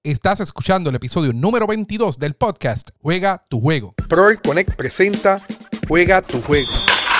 Estás escuchando el episodio número 22 del podcast Juega tu Juego. Proel Connect presenta Juega tu Juego,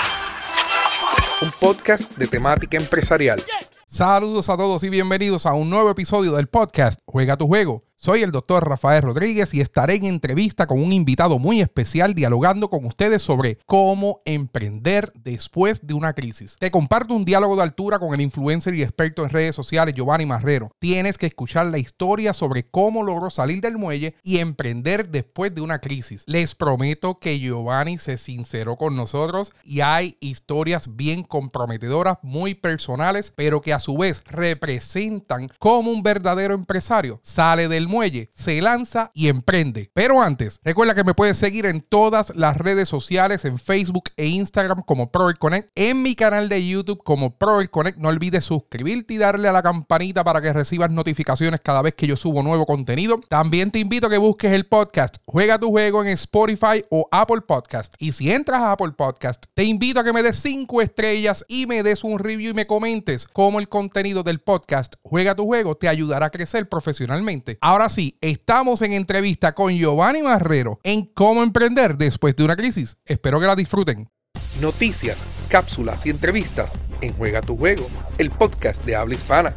un podcast de temática empresarial. Saludos a todos y bienvenidos a un nuevo episodio del podcast Juega tu Juego. Soy el Dr. Rafael Rodríguez y estaré en entrevista con un invitado muy especial dialogando con ustedes sobre cómo emprender después de una crisis. Te comparto un diálogo de altura con el influencer y experto en redes sociales Giovanni Marrero. Tienes que escuchar la historia sobre cómo logró salir del muelle y emprender después de una crisis. Les prometo que Giovanni se sinceró con nosotros y hay historias bien comprometedoras, muy personales, pero que a su vez representan cómo un verdadero empresario sale del muelle, se lanza y emprende. Pero antes, recuerda que me puedes seguir en todas las redes sociales, en Facebook e Instagram como Proel Connect, en mi canal de YouTube como Proel Connect. No olvides suscribirte y darle a la campanita para que recibas notificaciones cada vez que yo subo nuevo contenido. También te invito a que busques el podcast Juega tu Juego en Spotify o Apple Podcast. Y si entras a Apple Podcast, te invito a que me des 5 estrellas y me des un review y me comentes cómo el contenido del podcast Juega tu Juego te ayudará a crecer profesionalmente. Ahora sí, estamos en entrevista con Giovanni Marrero en cómo emprender después de una crisis. Espero que la disfruten. Noticias, cápsulas y entrevistas en Juega tu Juego, el podcast de habla hispana.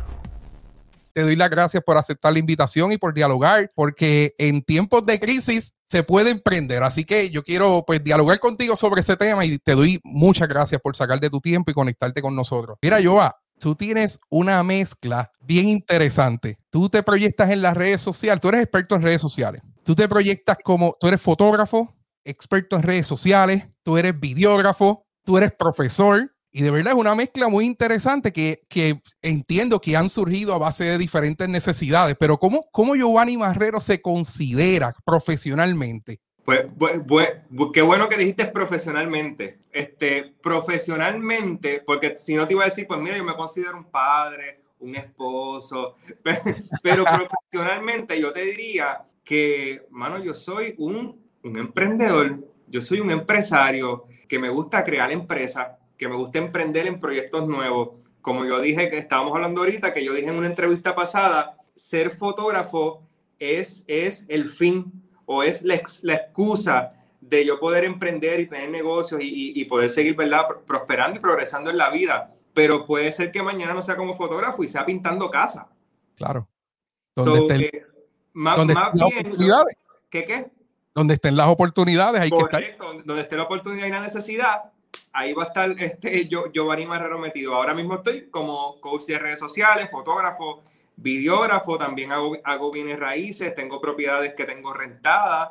Te doy las gracias por aceptar la invitación y por dialogar, porque en tiempos de crisis se puede emprender. Así que yo quiero dialogar contigo sobre ese tema y te doy muchas gracias por sacar de tu tiempo y conectarte con nosotros. Mira, Giovanni, tú tienes una mezcla bien interesante. Tú te proyectas en las redes sociales. Tú eres experto en redes sociales. Tú te proyectas como, tú eres fotógrafo, experto en redes sociales, tú eres videógrafo, tú eres profesor. Y de verdad es una mezcla muy interesante que entiendo que han surgido a base de diferentes necesidades. Pero ¿cómo Giovanni Marrero se considera profesionalmente? Pues, qué bueno que dijiste profesionalmente. Profesionalmente, porque si no te iba a decir, pues mira, yo me considero un padre, un esposo, pero profesionalmente yo te diría que, mano, yo soy un emprendedor, yo soy un empresario que me gusta crear empresas, que me gusta emprender en proyectos nuevos. Como yo dije, que estábamos hablando ahorita, que yo dije en una entrevista pasada, ser fotógrafo es el fin o es la excusa de yo poder emprender y tener negocios y poder seguir, ¿verdad?, prosperando y progresando en la vida. Pero puede ser que mañana no sea como fotógrafo y sea pintando casa. Claro. Más bien, ¿qué? Donde estén las oportunidades, hay correcto, que estar. Donde esté la oportunidad y la necesidad, ahí va a estar Giovanni Marrero metido. Ahora mismo estoy como coach de redes sociales, fotógrafo, videógrafo, también hago bienes raíces, tengo propiedades que tengo rentadas,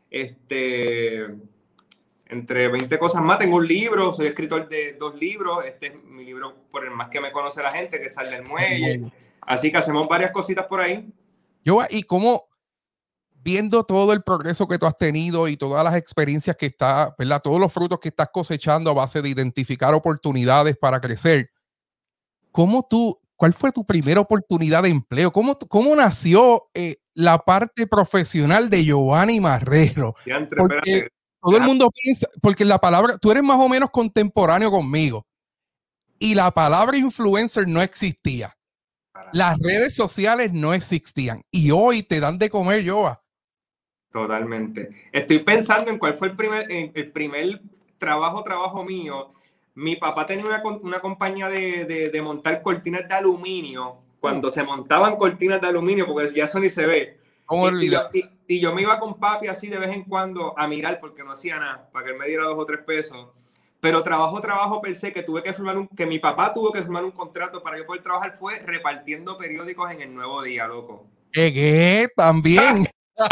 entre 20 cosas más. Tengo un libro, soy escritor de 2 libros. Este es mi libro por el más que me conoce la gente, que sale del muelle. Así que hacemos varias cositas por ahí. ¿Y cómo, viendo todo el progreso que tú has tenido y todas las experiencias que estás, ¿verdad?, todos los frutos que estás cosechando a base de identificar oportunidades para crecer, ¿cuál fue tu primera oportunidad de empleo? ¿Cómo nació la parte profesional de Giovanni Marrero? Porque todo el mundo piensa, porque la palabra, tú eres más o menos contemporáneo conmigo y la palabra influencer no existía. Las redes sociales no existían y hoy te dan de comer, Giovanni. Totalmente. Estoy pensando en cuál fue el primer trabajo mío. Mi papá tenía una compañía de montar cortinas de aluminio. Cuando se montaban cortinas de aluminio, porque ya eso ni se ve. Y yo me iba con papi así de vez en cuando a mirar, porque no hacía nada, para que él me diera 2 o 3 pesos. Pero trabajo per se, que mi papá tuvo que firmar un contrato para yo poder trabajar, fue repartiendo periódicos en El Nuevo Día, loco. ¿Qué? También.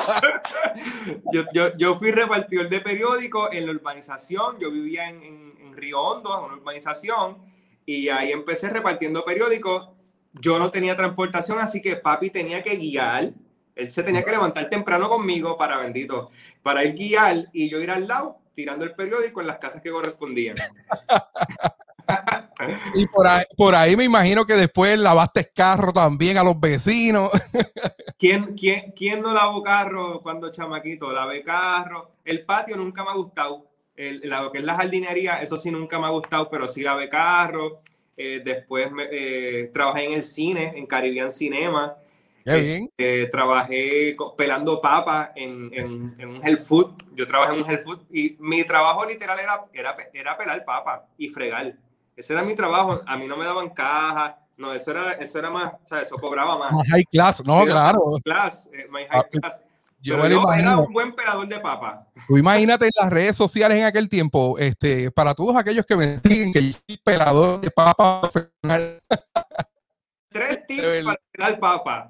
Yo fui repartidor de periódicos en la urbanización. Yo vivía en Río Hondo, en una urbanización, y ahí empecé repartiendo periódicos. Yo no tenía transportación, así que papi tenía que guiar. Él se tenía que levantar temprano conmigo para él guiar y yo ir al lado tirando el periódico en las casas que correspondían. Y por ahí me imagino que después lavaste carro también a los vecinos. ¿Quién no lavó carro cuando chamaquito? Lavé carro. El patio nunca me ha gustado. Lo que es la jardinería, eso sí nunca me ha gustado, pero sí lavé carro. Después trabajé en el cine, en Caribbean Cinema. Qué bien. Trabajé pelando papas en un health food. Yo trabajé en un health food y mi trabajo literal era pelar papas y fregar. Ese era mi trabajo. A mí no me daban cajas. No, eso era más, o sea, eso cobraba más. Más high class, no, claro. My high class. Yo Pero me lo yo era imagino. un buen pelador de papas. Tú imagínate en las redes sociales en aquel tiempo, para todos aquellos que me siguen, que yo soy pelador de papa profesional. 3 tips para pelar papas.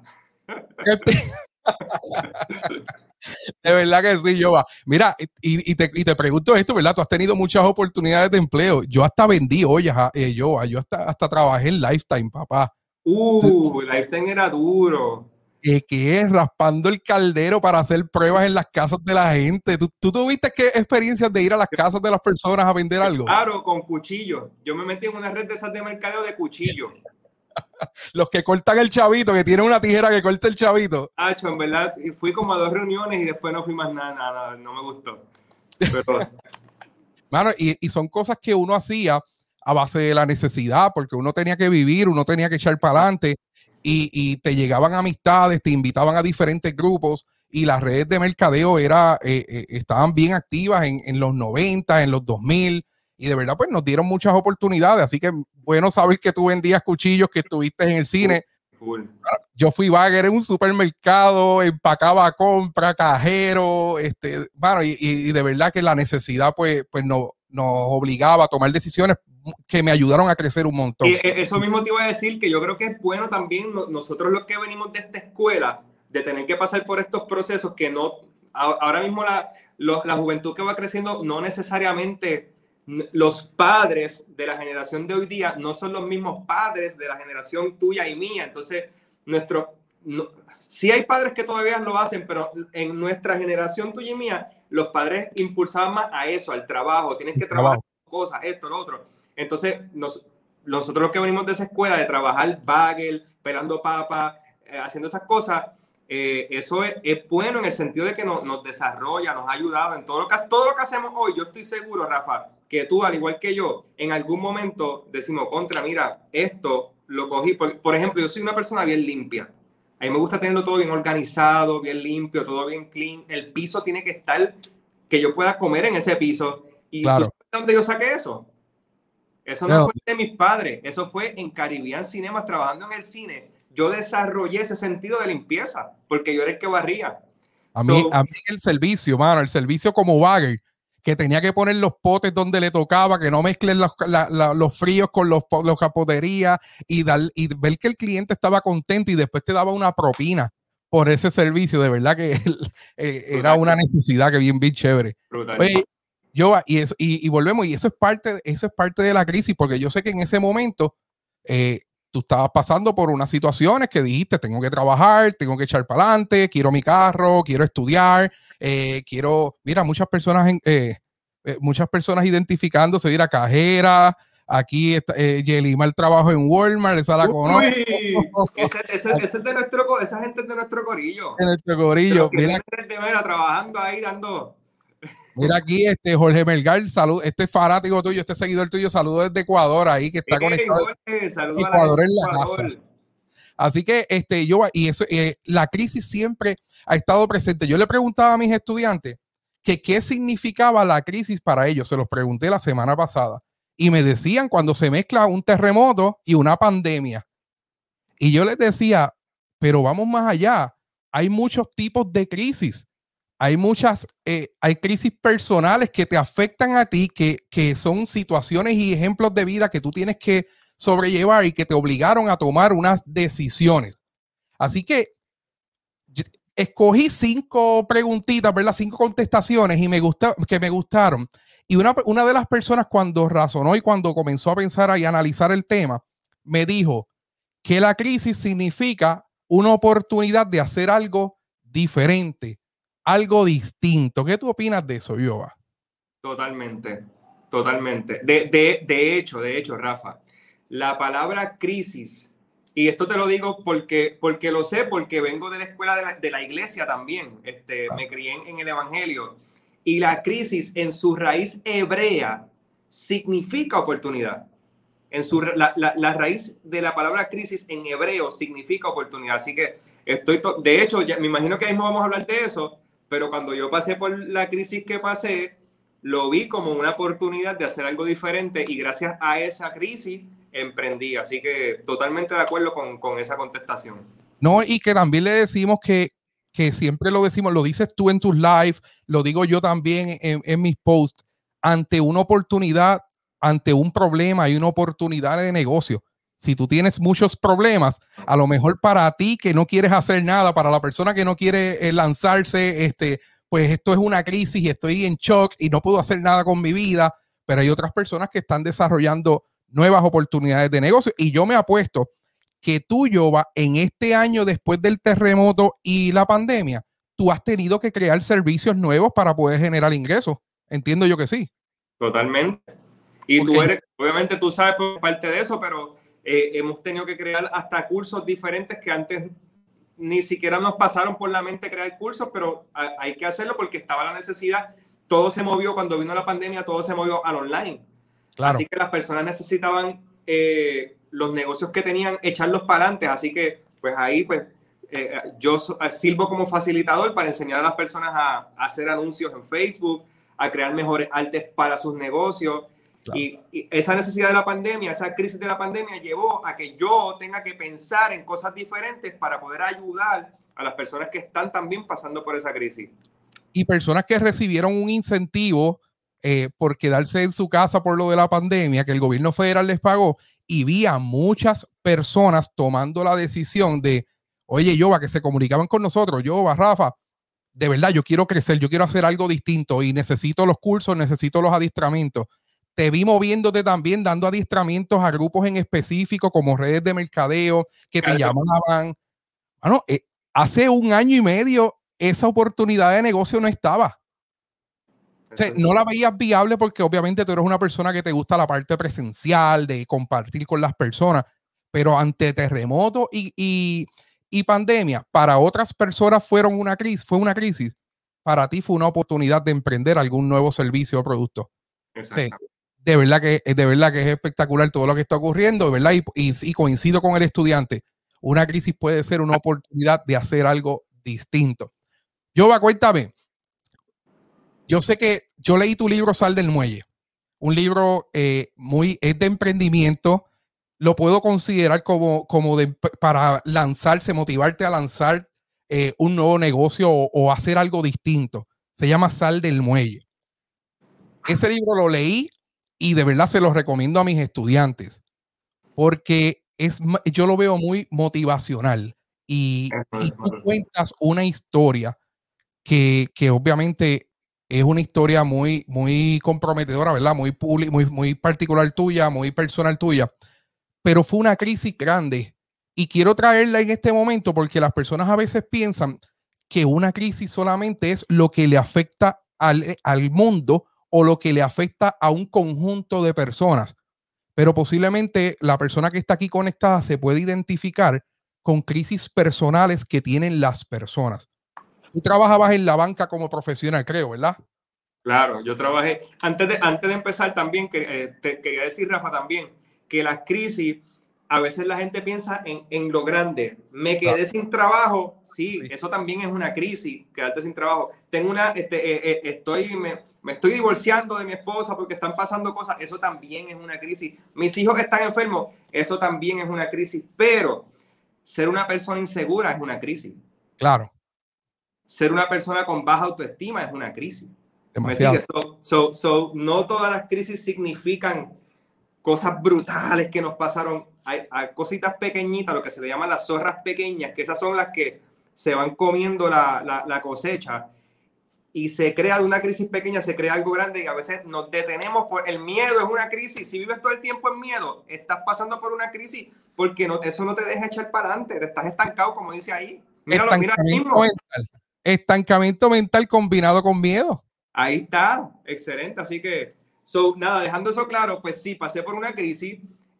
De verdad que sí, Jova. Mira, y te pregunto esto, ¿verdad? Tú has tenido muchas oportunidades de empleo. Yo hasta vendí ollas, Jova. Yo hasta trabajé en Lifetime, papá. Lifetime era duro. Que es raspando el caldero para hacer pruebas en las casas de la gente. ¿Tú tuviste qué experiencias de ir a las casas de las personas a vender algo? Claro, con cuchillos. Yo me metí en una red de esas de mercadeo de cuchillos. Los que cortan el chavito, que tienen una tijera que corta el chavito. En verdad, fui como a 2 reuniones y después no fui más nada, no me gustó. Pero... Mano, y son cosas que uno hacía a base de la necesidad, porque uno tenía que vivir, uno tenía que echar para adelante, y te llegaban amistades, te invitaban a diferentes grupos, y las redes de mercadeo estaban bien activas en los 90, en los 2000, y de verdad pues nos dieron muchas oportunidades, así que bueno saber que tú vendías cuchillos, que estuviste en el cine. Cool. Yo fui bagger en un supermercado, empacaba compra, cajero, bueno, y de verdad que la necesidad pues nos obligaba a tomar decisiones que me ayudaron a crecer un montón. Y eso mismo te iba a decir, que yo creo que es bueno también nosotros los que venimos de esta escuela, de tener que pasar por estos procesos que no, ahora mismo la juventud que va creciendo, no necesariamente los padres de la generación de hoy día no son los mismos padres de la generación tuya y mía. Entonces, sí hay padres que todavía lo hacen, pero en nuestra generación tuya y mía, los padres impulsaban más a eso, al trabajo. Tienes que trabajar cosas, esto, lo otro. Entonces, nosotros los que venimos de esa escuela, de trabajar bagel, pelando papas, haciendo esas cosas, eso es bueno en el sentido de que nos desarrolla, nos ha ayudado en todo lo que hacemos hoy. Yo estoy seguro, Rafa, que tú, al igual que yo, en algún momento decimos, mira, esto lo cogí. Por ejemplo, yo soy una persona bien limpia. A mí me gusta tenerlo todo bien organizado, bien limpio, todo bien clean. El piso tiene que estar, que yo pueda comer en ese piso. ¿Y claro. tú sabes de dónde yo saqué eso? Eso no fue de mis padres, eso fue en Caribbean Cinemas, trabajando en el cine. Yo desarrollé ese sentido de limpieza, porque yo era el que barría. A mí el servicio, mano, el servicio como bagger, que tenía que poner los potes donde le tocaba, que no mezclen los fríos con los capoterías, y ver que el cliente estaba contento y después te daba una propina por ese servicio. De verdad que era una necesidad que bien chévere. Oye, y volvemos, y eso es parte de la crisis, porque yo sé que en ese momento tú estabas pasando por unas situaciones que dijiste, tengo que trabajar, tengo que echar para adelante, quiero mi carro, quiero estudiar, mira, muchas personas identificándose, mira, cajera, aquí Yelimar trabajo en Walmart, esa la conozco. Esa gente es de nuestro corillo. En nuestro corillo. Mira, trabajando ahí, dando... Mira aquí, Jorge Melgar, salud, fanático tuyo, seguidor tuyo, saludo desde Ecuador ahí, que está conectado. Jorge, Ecuador en la casa. Así que, la crisis siempre ha estado presente. Yo le preguntaba a mis estudiantes que qué significaba la crisis para ellos. Se los pregunté la semana pasada. Y me decían cuando se mezcla un terremoto y una pandemia. Y yo les decía, pero vamos más allá. Hay muchos tipos de crisis. Hay crisis personales que te afectan a ti, que son situaciones y ejemplos de vida que tú tienes que sobrellevar y que te obligaron a tomar unas decisiones. Así que escogí 5 preguntitas, ¿verdad? 5 contestaciones y me gustaron. Y una de las personas, cuando razonó y cuando comenzó a pensar y a analizar el tema, me dijo que la crisis significa una oportunidad de hacer algo diferente, algo distinto. ¿Qué tú opinas de eso, Jova? Totalmente. De hecho, Rafa, la palabra crisis, y esto te lo digo porque lo sé, porque vengo de la escuela de la iglesia también. Me crié en el evangelio, y la crisis en su raíz hebrea significa oportunidad. La raíz de la palabra crisis en hebreo significa oportunidad. Así que De hecho, ya, me imagino que ahí no vamos a hablar de eso, pero cuando yo pasé por la crisis que pasé, lo vi como una oportunidad de hacer algo diferente y gracias a esa crisis emprendí. Así que totalmente de acuerdo con esa contestación. No, y que también le decimos que siempre lo decimos, lo dices tú en tus live, lo digo yo también en mis posts, ante una oportunidad, ante un problema, hay una oportunidad de negocio. Si tú tienes muchos problemas, a lo mejor para ti que no quieres hacer nada, para la persona que no quiere lanzarse, pues esto es una crisis y estoy en shock y no puedo hacer nada con mi vida, pero hay otras personas que están desarrollando nuevas oportunidades de negocio y yo me apuesto que tú, Jova, en este año después del terremoto y la pandemia, tú has tenido que crear servicios nuevos para poder generar ingresos. Entiendo yo que sí. Totalmente. Y Porque tú eres, obviamente tú sabes por parte de eso, pero hemos tenido que crear hasta cursos diferentes que antes ni siquiera nos pasaron por la mente crear cursos, pero hay que hacerlo porque estaba la necesidad. Todo se movió cuando vino la pandemia, todo se movió al online. claro. Así que las personas necesitaban los negocios que tenían, echarlos para adelante. Así que, pues ahí, pues, yo sirvo como facilitador para enseñar a las personas a hacer anuncios en Facebook, a crear mejores artes para sus negocios. Claro. Y esa necesidad de la pandemia, esa crisis de la pandemia llevó a que yo tenga que pensar en cosas diferentes para poder ayudar a las personas que están también pasando por esa crisis. Y personas que recibieron un incentivo por quedarse en su casa por lo de la pandemia, que el gobierno federal les pagó, y vi a muchas personas tomando la decisión de, oye, Jova, que se comunicaban con nosotros, Jova, Rafa, de verdad, yo quiero crecer, yo quiero hacer algo distinto y necesito los cursos, necesito los adiestramientos. Te vi moviéndote también, dando adiestramientos a grupos en específico, como redes de mercadeo, que te llamaban. Bueno, hace 1 año y medio esa oportunidad de negocio no estaba. O sea, no la veías viable porque obviamente tú eres una persona que te gusta la parte presencial, de compartir con las personas, pero ante terremoto y pandemia, para otras personas fue una crisis, para ti fue una oportunidad de emprender algún nuevo servicio o producto. Sí, de verdad que es espectacular todo lo que está ocurriendo, ¿verdad? Y coincido con el estudiante, una crisis puede ser una oportunidad de hacer algo distinto. Jova, cuéntame. Yo sé que yo leí tu libro Sal del Muelle, un libro es de emprendimiento, lo puedo considerar como para lanzarse, motivarte a lanzar un nuevo negocio o hacer algo distinto. Se llama Sal del Muelle. Ese libro lo leí y de verdad se lo recomiendo a mis estudiantes porque yo lo veo muy motivacional y tú cuentas una historia que obviamente es una historia muy, muy comprometedora, ¿verdad? Muy particular tuya, muy personal tuya, pero fue una crisis grande y quiero traerla en este momento porque las personas a veces piensan que una crisis solamente es lo que le afecta al mundo o lo que le afecta a un conjunto de personas, pero posiblemente la persona que está aquí conectada se puede identificar con crisis personales que tienen las personas. Tú trabajabas en la banca como profesional, creo, ¿verdad? Claro, yo trabajé. Antes de empezar también, te quería decir, Rafa, también, que las crisis, a veces la gente piensa en lo grande. Me quedé sin trabajo, sí, eso también es una crisis, quedarte sin trabajo. Tengo me estoy divorciando de mi esposa porque están pasando cosas, eso también es una crisis. Mis hijos están enfermos, eso también es una crisis. Pero ser una persona insegura es una crisis. Claro. Ser una persona con baja autoestima es una crisis. Demasiado. No todas las crisis significan cosas brutales que nos pasaron. Hay cositas pequeñitas, lo que se le llaman las zorras pequeñas, que esas son las que se van comiendo la cosecha y se crea de una crisis pequeña, se crea algo grande y a veces nos detenemos por el miedo. Es una crisis. Si vives todo el tiempo en miedo, estás pasando por una crisis porque eso no te deja echar para adelante, te estás estancado, como dice ahí. Míralo, mira mismo. Estancamiento mental combinado con miedo. Ahí está, excelente. Así que, nada, dejando eso claro, pues sí, pasé por una crisis.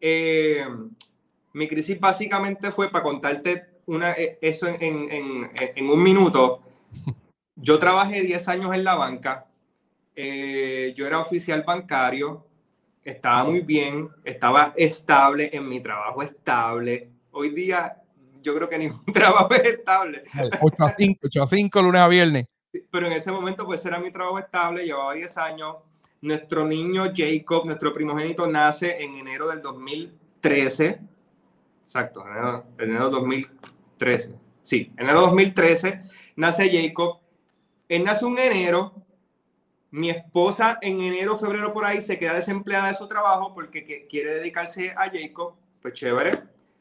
Mi crisis básicamente fue, para contarte eso en 1 minuto. Yo trabajé 10 años en la banca. Yo era oficial bancario. Estaba muy bien, estaba estable en mi trabajo estable. Hoy día yo creo que ningún trabajo es estable. 8 a 5, lunes a viernes. Pero en ese momento, pues era mi trabajo estable, llevaba 10 años. Nuestro niño Jacob, nuestro primogénito, nace en enero del 2013. Exacto, enero 2013. Sí, enero 2013 nace Jacob. Él nace en enero. Mi esposa en enero, febrero, por ahí, se queda desempleada de su trabajo porque quiere dedicarse a Jacob. Pues chévere.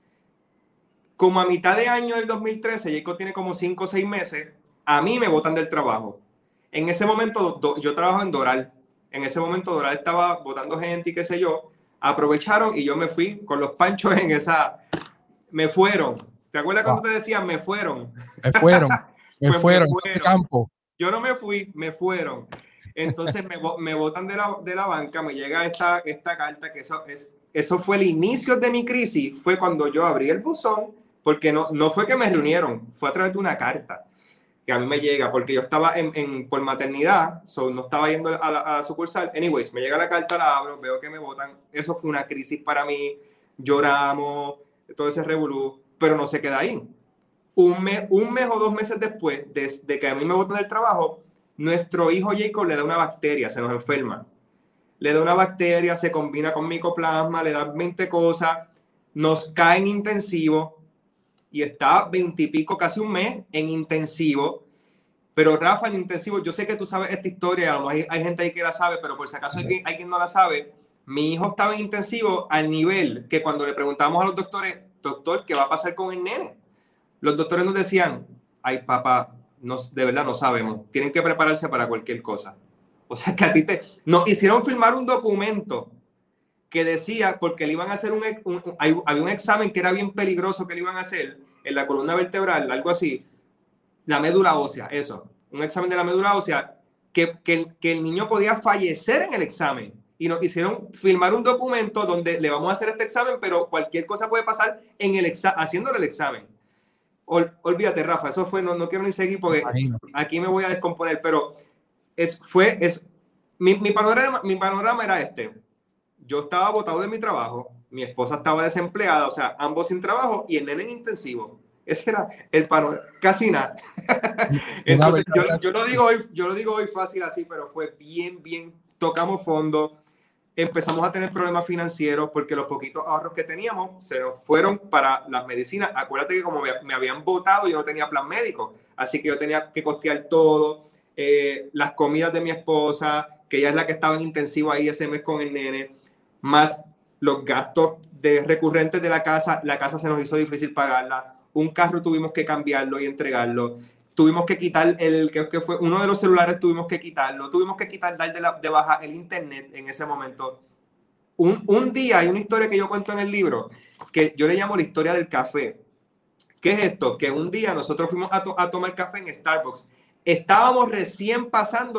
Como a mitad de año del 2013, Jacob tiene como 5 o 6 meses, a mí me botan del trabajo. En ese momento, yo trabajo en Doral. En ese momento, Doral estaba botando gente y qué sé yo. Aprovecharon y yo me fui con los panchos en esa... Me fueron. ¿Te acuerdas cuando te decían me fueron? Me fueron. Pues fueron. Campo. Yo no me fui, me fueron. Entonces me botan de la banca, me llega esta carta, que eso fue el inicio de mi crisis. Fue cuando yo abrí el buzón, porque no fue que me reunieron, fue a través de una carta que a mí me llega, porque yo estaba por maternidad, no estaba yendo a la sucursal. Anyways, me llega la carta, la abro, veo que me botan. Eso fue una crisis para mí, lloramos, todo ese revolú, pero no se queda ahí. Un mes o 2 meses después de que a mí me botan del trabajo, nuestro hijo Jacob le da una bacteria, se nos enferma. Le da una bacteria, se combina con micoplasma, le da 20 cosas, nos cae en intensivo y está 20 y pico, casi un mes en intensivo. Pero Rafa, en intensivo, yo sé que tú sabes esta historia, a lo mejor hay gente ahí que la sabe, pero por si acaso hay quien no la sabe. Mi hijo estaba en intensivo al nivel que cuando le preguntamos a los doctores, doctor, ¿qué va a pasar con el nene? Los doctores nos decían, ay papá, de verdad no sabemos, tienen que prepararse para cualquier cosa. O sea que a ti nos hicieron firmar un documento que decía, porque le iban a hacer había un examen que era bien peligroso que le iban a hacer en la columna vertebral, algo así, la médula ósea, eso, un examen de la médula ósea, que el niño podía fallecer en el examen. Y nos hicieron firmar un documento donde le vamos a hacer este examen, pero cualquier cosa puede pasar haciéndole el examen. Olvídate, Rafa, eso fue, no quiero ni seguir porque aquí me voy a descomponer, pero mi panorama era este. Yo estaba botado de mi trabajo, mi esposa estaba desempleada, o sea, ambos sin trabajo y el nene en intensivo. Ese era el panorama, casi nada. Entonces, yo lo digo hoy fácil así, pero fue bien, tocamos fondo. Empezamos a tener problemas financieros porque los poquitos ahorros que teníamos se nos fueron para las medicinas. Acuérdate que como me habían votado, yo no tenía plan médico. Así que yo tenía que costear todo. Las comidas de mi esposa, que ella es la que estaba en intensivo ahí ese mes con el nene, más los gastos recurrentes de la casa. La casa se nos hizo difícil pagarla. Un carro tuvimos que cambiarlo y entregarlo. Tuvimos que quitar que fue uno de los celulares, tuvimos que quitarlo, dar de baja el internet en ese momento. Un día hay una historia que yo cuento en el libro que yo le llamo la historia del café. ¿Qué es esto? Que un día nosotros fuimos a tomar café en Starbucks. Estábamos recién pasando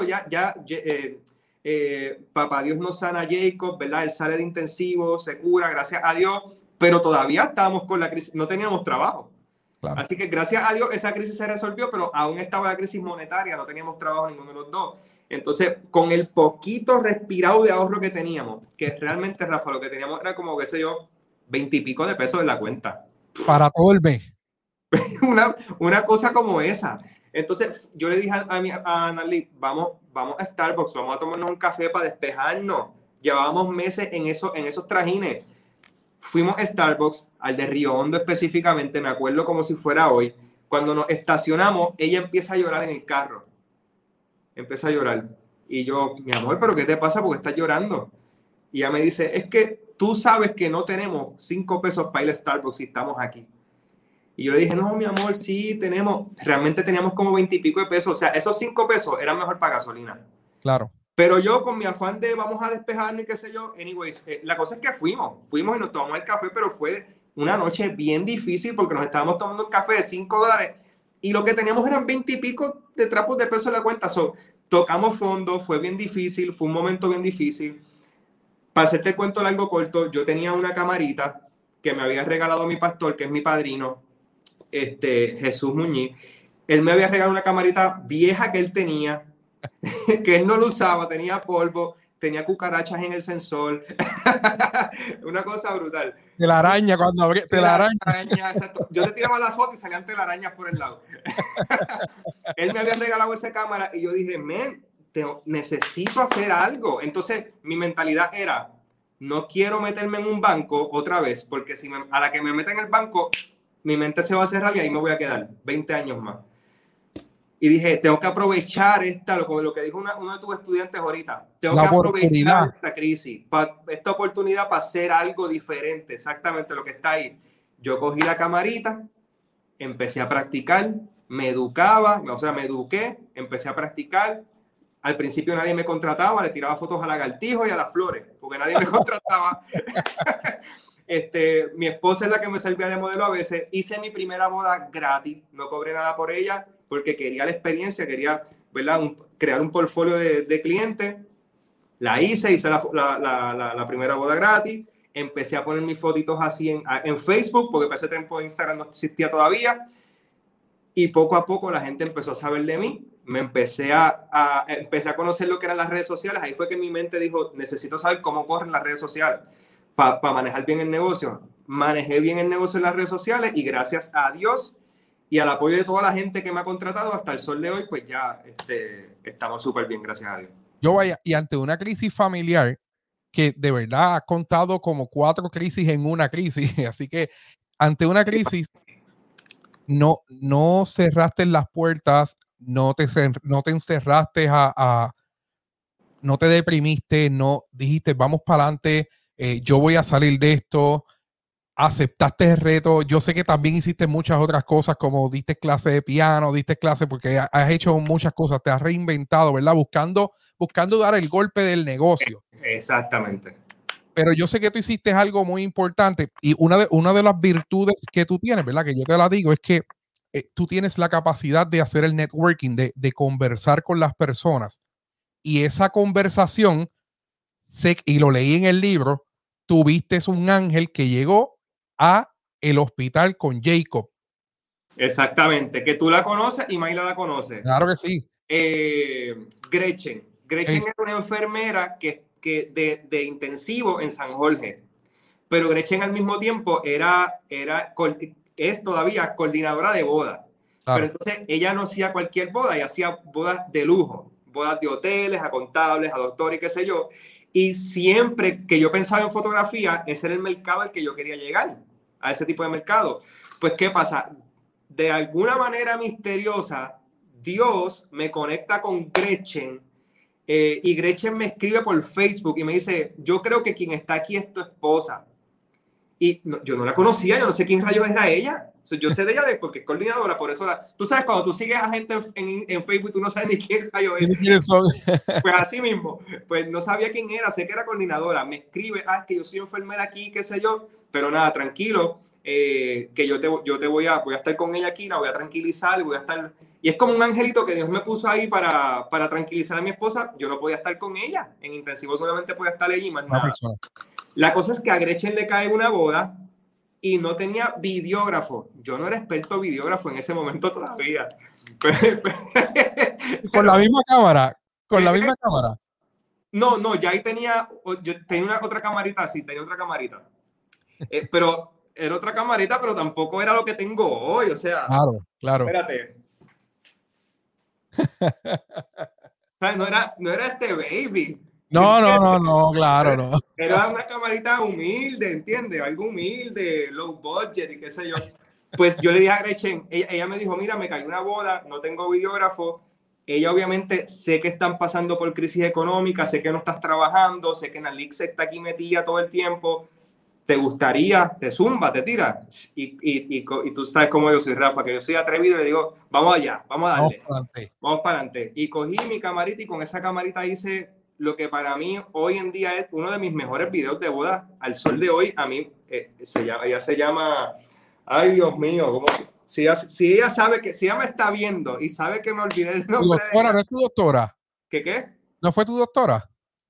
papá Dios nos sana a Jacob, ¿verdad? Él sale de intensivo, se cura, gracias a Dios, pero todavía estábamos con la crisis, no teníamos trabajo. Claro. Así que gracias a Dios esa crisis se resolvió, pero aún estaba la crisis monetaria, no teníamos trabajo ninguno de los dos. Entonces, con el poquito respirado de ahorro que teníamos, que realmente, Rafa, lo que teníamos era como, qué sé yo, 20 y pico de pesos en la cuenta. Para todo el mes. una cosa como esa. Entonces, yo le dije a Natalie, vamos a Starbucks, vamos a tomarnos un café para despejarnos. Llevábamos meses en esos trajines. Fuimos a Starbucks, al de Río Hondo específicamente, me acuerdo como si fuera hoy. Cuando nos estacionamos, ella empieza a llorar en el carro. Empieza a llorar. Y yo, mi amor, ¿pero qué te pasa? ¿Por qué estás llorando? Y ella me dice, es que tú sabes que no tenemos 5 pesos para ir a Starbucks si estamos aquí. Y yo le dije, no, mi amor, sí, realmente teníamos como 20 y pico de pesos. O sea, esos 5 pesos eran mejor para gasolina. Claro. Pero yo con mi afán de vamos a despejarnos y qué sé yo, anyways, la cosa es que fuimos y nos tomamos el café, pero fue una noche bien difícil porque nos estábamos tomando un café de $5 y lo que teníamos eran 20 y pico de trapos de peso en la cuenta. Tocamos fondo, fue bien difícil, fue un momento bien difícil. Para hacerte el cuento largo corto, yo tenía una camarita que me había regalado mi pastor, que es mi padrino, Jesús Muñiz. Él me había regalado una camarita vieja que él tenía, que él no lo usaba, tenía polvo, tenía cucarachas en el sensor. Una cosa brutal. Telaraña, cuando abrí, telaraña. Exacto. Yo te tiraba la foto y salían telarañas por el lado. Él me había regalado esa cámara y yo dije, men, necesito hacer algo. Entonces mi mentalidad era, no quiero meterme en un banco otra vez, porque a la que me meta en el banco, mi mente se va a cerrar y ahí me voy a quedar 20 años más. Y dije, tengo que aprovechar como lo que dijo uno de tus estudiantes ahorita, tengo que aprovechar esta crisis, esta oportunidad para hacer algo diferente, exactamente lo que está ahí. Yo cogí la camarita, empecé a practicar, me eduqué, empecé a practicar. Al principio nadie me contrataba, le tiraba fotos a lagartijos y a las flores, porque nadie me contrataba. Mi esposa es la que me servía de modelo a veces. Hice mi primera boda gratis, no cobré nada por ella, porque quería la experiencia, quería, ¿verdad? Crear un portfolio de clientes. La hice la primera boda gratis. Empecé a poner mis fotitos así en Facebook, porque para ese tiempo Instagram no existía todavía. Y poco a poco la gente empezó a saber de mí. Empecé a conocer lo que eran las redes sociales. Ahí fue que mi mente dijo, necesito saber cómo corren las redes sociales para manejar bien el negocio. Manejé bien el negocio en las redes sociales y gracias a Dios y al apoyo de toda la gente que me ha contratado hasta el sol de hoy, pues ya estamos súper bien, gracias a Dios. Yo vaya, y ante una crisis familiar que de verdad ha contado como 4 crisis en una crisis, así que ante una crisis no cerraste las puertas, no te encerraste no te deprimiste, no dijiste vamos para adelante, yo voy a salir de esto, aceptaste el reto. Yo sé que también hiciste muchas otras cosas, como diste clase de piano, diste clase porque has hecho muchas cosas, te has reinventado, ¿verdad? Buscando dar el golpe del negocio. Exactamente. Pero yo sé que tú hiciste algo muy importante y una de las virtudes que tú tienes, ¿verdad? Que yo te la digo, es que tú tienes la capacidad de hacer el networking, de conversar con las personas. Y esa conversación, y lo leí en el libro, tuviste un ángel que llegó a el hospital con Jacob. Exactamente, que tú la conoces y Mayla la conoce. Claro que sí. Gretchen era una enfermera de intensivo en San Jorge, pero Gretchen al mismo tiempo es todavía coordinadora de boda. Claro. Pero entonces ella no hacía cualquier boda, ella hacía bodas de lujo, bodas de hoteles, a contables, a doctores, qué sé yo. Y siempre que yo pensaba en fotografía, ese era el mercado al que yo quería llegar, a ese tipo de mercado. Pues, ¿qué pasa? De alguna manera misteriosa, Dios me conecta con Gretchen y Gretchen me escribe por Facebook y me dice, yo creo que quien está aquí es tu esposa. Y yo no la conocía, yo no sé quién rayos era ella. Yo sé de ella porque es coordinadora, por eso tú sabes, cuando tú sigues a gente en Facebook, tú no sabes ni quién rayos es. Pues así mismo, pues no sabía quién era, sé que era coordinadora. Me escribe, es que yo soy enfermera aquí, qué sé yo, pero nada, tranquilo, que yo voy a estar con ella aquí, la voy a tranquilizar, y es como un angelito que Dios me puso ahí para tranquilizar a mi esposa. Yo no podía estar con ella, en intensivo solamente podía estar allí, más nada. La cosa es que a Gretchen le cae una boda y no tenía videógrafo. Yo no era experto videógrafo en ese momento todavía. ¿Con la misma cámara? ¿Con la misma cámara? No, ya ahí tenía otra camarita así, tenía otra camarita. Pero era otra camarita, pero tampoco era lo que tengo hoy, o sea. Claro. Espérate. O sea, no era este baby. No, claro, no. Era una camarita humilde, ¿entiendes? Algo humilde, low budget y qué sé yo. Pues yo le dije a Gretchen, ella me dijo, mira, me cayó una boda, no tengo videógrafo. Ella obviamente sé que están pasando por crisis económica, sé que no estás trabajando, sé que Nalix está aquí metida todo el tiempo. ¿Te gustaría? Te zumba, te tira. Y tú sabes cómo yo soy, Rafa, que yo soy atrevido y le digo, vamos allá, vamos a darle. Vamos para adelante. Y cogí mi camarita y con esa camarita hice lo que para mí hoy en día es uno de mis mejores videos de boda al sol de hoy. A mí, ella se llama, ay Dios mío, ¿cómo? Si ella sabe que, si ella me está viendo y sabe que me olvidé el nombre. ¿Tu doctora no es tu doctora? ¿Qué? ¿No fue tu doctora?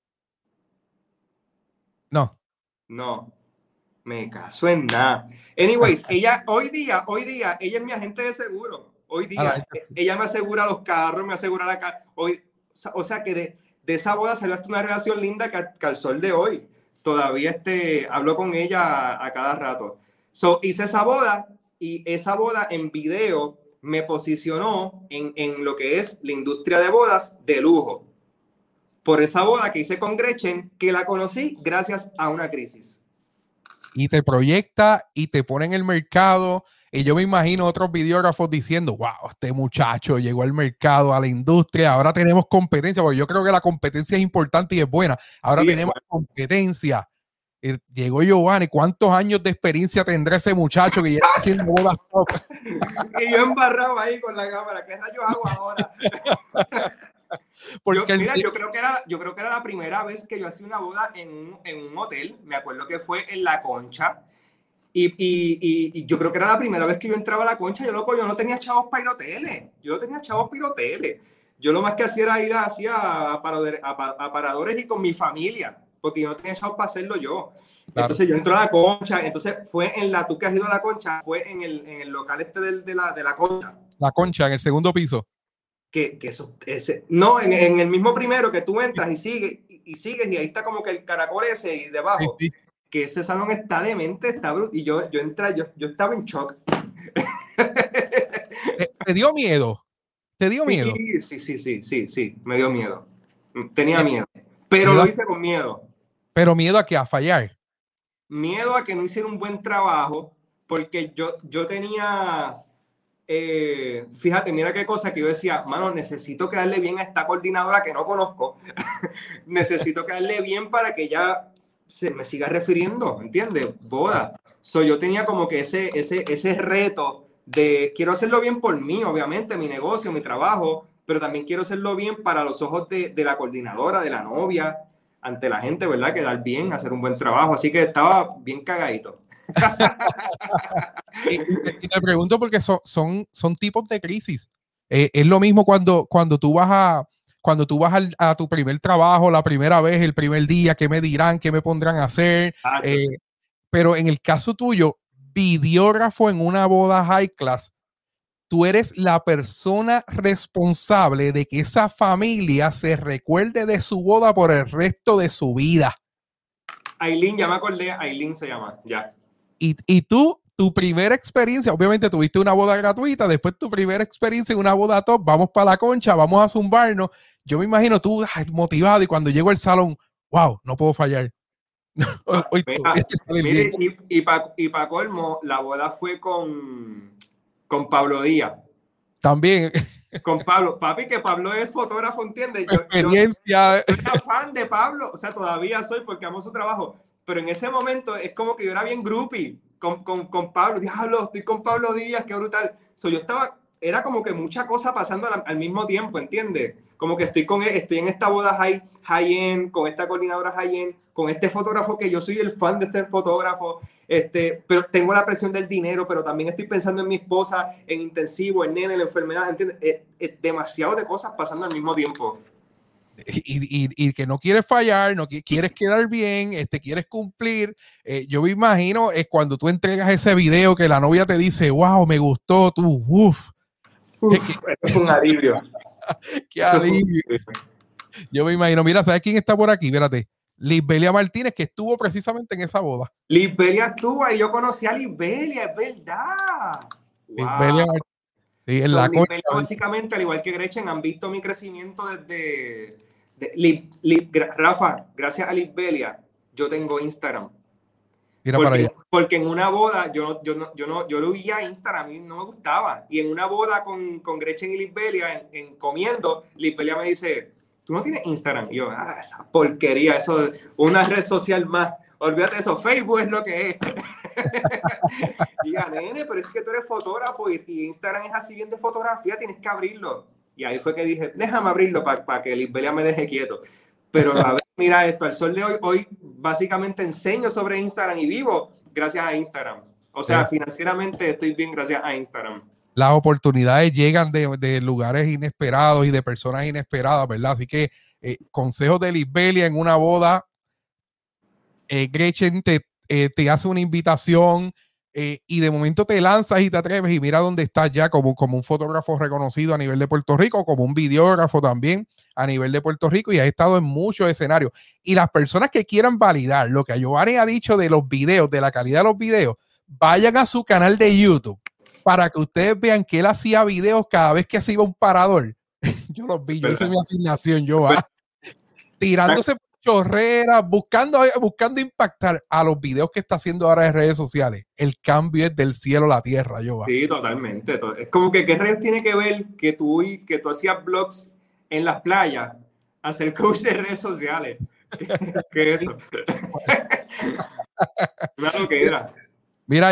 No. Me caso en nada. Anyways, ella hoy día, ella es mi agente de seguro. Hoy día, ella me asegura los carros, me asegura la casa. O sea que de esa boda salió hasta una relación linda que al sol de hoy todavía hablo con ella a cada rato. Hice esa boda y esa boda en video me posicionó en lo que es la industria de bodas de lujo. Por esa boda que hice con Gretchen, que la conocí gracias a una crisis. Y te proyecta y te pone en el mercado. Y yo me imagino otros videógrafos diciendo, wow, este muchacho llegó al mercado, a la industria, ahora tenemos competencia, porque yo creo que la competencia es importante y es buena. Ahora sí, tenemos competencia. Llegó Giovanni, ¿cuántos años de experiencia tendrá ese muchacho que ya está haciendo bodas top? Y yo embarrado ahí con la cámara, ¿qué rayos hago ahora? Yo creo que era la primera vez que yo hacía una boda en un hotel. Me acuerdo que fue en La Concha. Y yo creo que era la primera vez que yo entraba a La Concha. Yo no tenía chavos para ir a hoteles. Yo lo más que hacía era ir hacia aparadores y con mi familia, porque yo no tenía chavos para hacerlo yo. Claro. Entonces yo entro a La Concha. Entonces fue tú que has ido a La Concha, fue en el local de La Concha. La Concha, en el segundo piso. No, en el mismo primero que tú entras y sigues y ahí está como que el caracol ese y debajo, sí. Que ese salón está demente, está bruto, y yo entré, yo estaba en shock. ¿Te dio miedo? Sí, me dio miedo. Tenía miedo, pero lo hice con miedo. ¿Pero miedo a qué? ¿A fallar? Miedo a que no hiciera un buen trabajo, porque yo tenía... fíjate, mira qué cosa que yo decía, mano, necesito quedarle bien a esta coordinadora que no conozco. Necesito quedarle bien para que ella se me siga refiriendo, ¿entiendes? Boda. Yo tenía como que ese reto de quiero hacerlo bien por mí, obviamente, mi negocio, mi trabajo, pero también quiero hacerlo bien para los ojos de la coordinadora, de la novia, ante la gente, ¿verdad? Quedar bien, hacer un buen trabajo. Así que estaba bien cagadito. y te pregunto porque son tipos de crisis. Es lo mismo cuando tú vas a tu primer trabajo, la primera vez, el primer día, qué me dirán, qué me pondrán a hacer. Pero en el caso tuyo, videógrafo en una boda high class, tú eres la persona responsable de que esa familia se recuerde de su boda por el resto de su vida. Aileen, ya me acordé, Aileen se llama, ya. Y tú, tu primera experiencia, obviamente tuviste una boda gratuita, después tu primera experiencia en una boda top, vamos para La Concha, vamos a zumbarnos. Yo me imagino tú motivado y cuando llego al salón, wow, no puedo fallar. Y para colmo, la boda fue con Pablo Díaz. También. Con Pablo. Papi, que Pablo es fotógrafo, ¿entiendes? Yo era fan de Pablo, o sea, todavía soy porque amo su trabajo. Pero en ese momento es como que yo era bien groupie con Pablo. Diablo, estoy con Pablo Díaz, qué brutal. Era como que mucha cosa pasando al mismo tiempo, ¿entiendes? Como que estoy en esta boda high-end, con esta coordinadora high-end, con este fotógrafo que yo soy el fan de este fotógrafo, pero tengo la presión del dinero, pero también estoy pensando en mi esposa, en intensivo, en nene, en la enfermedad, ¿entiendes? Demasiado de cosas pasando al mismo tiempo. Y que no quieres fallar, no quieres quedar bien, quieres cumplir. Yo me imagino es cuando tú entregas ese video que la novia te dice, wow, me gustó, tú, Es un alivio. Qué alivio. Yo me imagino, mira, ¿sabes quién está por aquí? Espérate, Lisbelia Martínez, que estuvo precisamente en esa boda. Lisbelia estuvo ahí, yo conocí a Lisbelia, es verdad. Lisbelia Martínez. Sí, en La Concha. Básicamente, al igual que Gretchen, han visto mi crecimiento desde... Rafa, gracias a Lisbelia, yo tengo Instagram. Mira para allá. Porque en una boda, yo lo vi a Instagram y no me gustaba. Y en una boda con Gretchen y Lisbelia, comiendo, Lisbelia me dice, ¿tú no tienes Instagram? Y yo, esa porquería, eso, una red social más. Olvídate de eso, Facebook es lo que es. Y ya, nene, pero es que tú eres fotógrafo y Instagram es así bien de fotografía, tienes que abrirlo. Y ahí fue que dije, déjame abrirlo para que Lisbelia me deje quieto. Pero a ver, mira esto, al sol de hoy básicamente enseño sobre Instagram y vivo gracias a Instagram. O sea, financieramente estoy bien gracias a Instagram. Las oportunidades llegan de lugares inesperados y de personas inesperadas, ¿verdad? Así que consejos de Lisbelia en una boda. Gretchen te hace una invitación, y de momento te lanzas y te atreves y mira dónde estás ya como un fotógrafo reconocido a nivel de Puerto Rico, como un videógrafo también a nivel de Puerto Rico, y has estado en muchos escenarios. Y las personas que quieran validar lo que Giovanni ha dicho de los videos, de la calidad de los videos, vayan a su canal de YouTube para que ustedes vean que él hacía videos cada vez que se iba a un parador. Yo los vi, yo hice mi asignación, tirándose chorreras, buscando impactar a los videos que está haciendo ahora en redes sociales. El cambio es del cielo a la tierra, Sí, totalmente. Es como que qué rayos tiene que ver que tú hacías blogs en las playas a ser coach de redes sociales. ¿Qué es eso? Una loquera. Mira,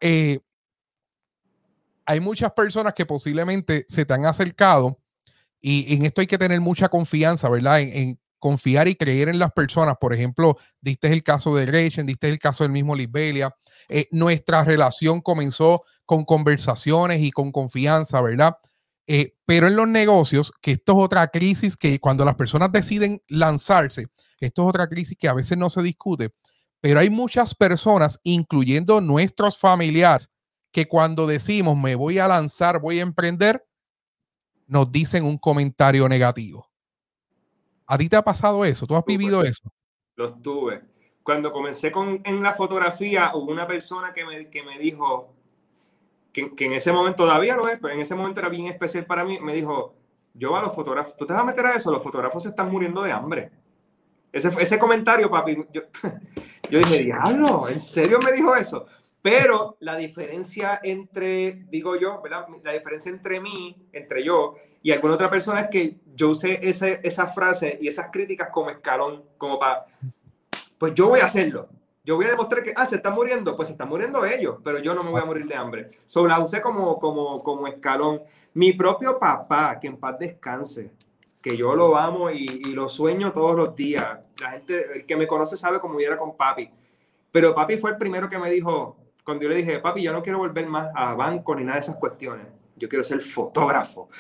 hay muchas personas que posiblemente se te han acercado y en esto hay que tener mucha confianza, ¿verdad? En confiar y creer en las personas. Por ejemplo, diste el caso de Rachel, diste el caso del mismo Lisbelia. Nuestra relación comenzó con conversaciones y con confianza, ¿verdad? Pero en los negocios, que esto es otra crisis que cuando las personas deciden lanzarse, esto es otra crisis que a veces no se discute, pero hay muchas personas, incluyendo nuestros familiares, que cuando decimos me voy a lanzar, voy a emprender, nos dicen un comentario negativo. ¿A ti te ha pasado eso? ¿Tú has vivido eso? Los tuve. Cuando comencé en la fotografía, hubo una persona que me dijo, que en ese momento todavía lo es, pero en ese momento era bien especial para mí, me dijo, yo a los fotógrafos, ¿tú te vas a meter a eso? Los fotógrafos se están muriendo de hambre. Ese comentario, papi, yo dije, diablo, ¿en serio me dijo eso? Pero la diferencia digo yo, ¿verdad? La diferencia entre mí, entre yo y alguna otra persona es que yo usé esa frase y esas críticas como escalón, como para, pues yo voy a hacerlo. Yo voy a demostrar que, se están muriendo, pues se están muriendo ellos, pero yo no me voy a morir de hambre. La usé como escalón. Mi propio papá, que en paz descanse, que yo lo amo y lo sueño todos los días. La gente, el que me conoce sabe cómo yo era con papi. Pero papi fue el primero que me dijo, cuando yo le dije, papi, yo no quiero volver más a banco ni nada de esas cuestiones. Yo quiero ser fotógrafo.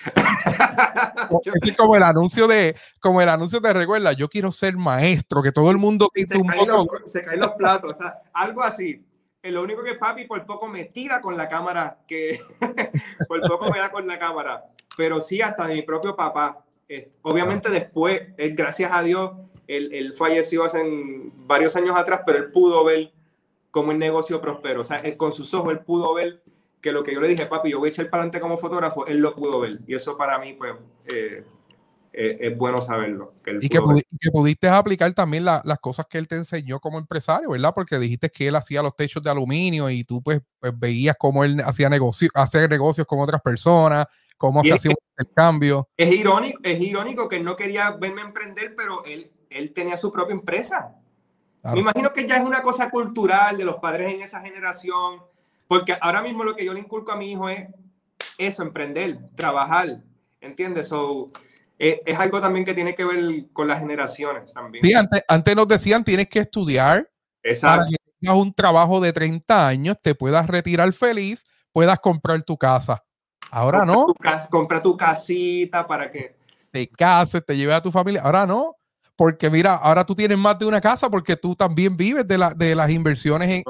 Es como el anuncio de recuerda, yo quiero ser maestro, que todo el mundo se caen los platos, o sea, algo así. Lo único que papi por poco me tira con la cámara, que por poco me da con la cámara. Pero sí, hasta de mi propio papá. Obviamente después, gracias a Dios, él falleció hace varios años atrás, pero él pudo ver cómo el negocio prosperó. O sea, con sus ojos él pudo ver que lo que yo le dije, papi, yo voy a echar para adelante como fotógrafo, él lo pudo ver. Y eso para mí, pues, es bueno saberlo. Que pudiste aplicar también las cosas que él te enseñó como empresario, ¿verdad? Porque dijiste que él hacía los techos de aluminio y tú pues veías cómo él hacía hacer negocios con otras personas, cómo se hacía un intercambio. Es irónico que él no quería verme emprender, pero él tenía su propia empresa. Claro. Me imagino que ya es una cosa cultural de los padres en esa generación, porque ahora mismo lo que yo le inculco a mi hijo es eso, emprender, trabajar, ¿entiendes? Es algo también que tiene que ver con las generaciones también. Sí, antes nos decían tienes que estudiar. Exacto. Para que tengas un trabajo de 30 años, te puedas retirar feliz, puedas comprar tu casa. Ahora no. Compra tu casita para que te cases, te lleves a tu familia. Ahora no, porque mira, ahora tú tienes más de una casa porque tú también vives de las inversiones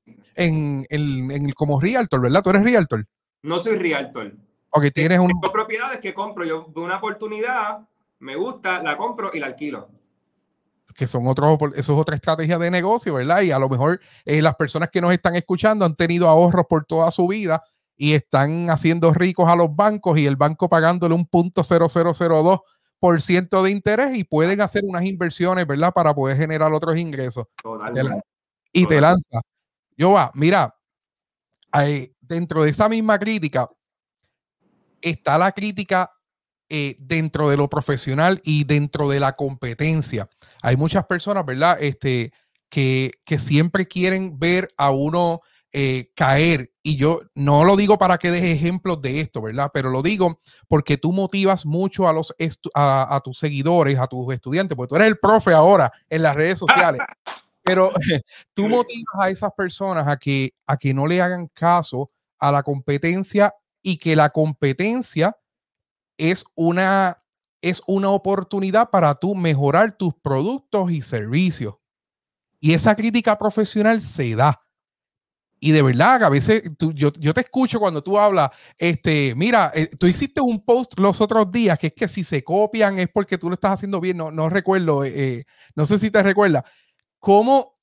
como realtor, ¿verdad? ¿Tú eres realtor? No soy realtor. Okay, tengo propiedades que compro. Yo veo una oportunidad, me gusta, la compro y la alquilo. Que eso es otra estrategia de negocio, ¿verdad? Y a lo mejor las personas que nos están escuchando han tenido ahorros por toda su vida y están haciendo ricos a los bancos y el banco pagándole un 0.0002% de interés y pueden hacer unas inversiones, ¿verdad? Para poder generar otros ingresos. Y te lanza. Mira, dentro de esa misma crítica está la crítica dentro de lo profesional y dentro de la competencia. Hay muchas personas, ¿verdad? Que siempre quieren ver a uno caer, y yo no lo digo para que dejes ejemplos de esto, ¿verdad? Pero lo digo porque tú motivas mucho a tus seguidores, a tus estudiantes, porque tú eres el profe ahora en las redes sociales, pero tú motivas a esas personas a que no le hagan caso a la competencia y que la competencia es una oportunidad para tú mejorar tus productos y servicios. Y esa crítica profesional se da. Y de verdad que a veces yo te escucho cuando tú hablas, mira, tú hiciste un post los otros días que es que si se copian es porque tú lo estás haciendo bien, no recuerdo, no sé si te recuerdas. ¿Cómo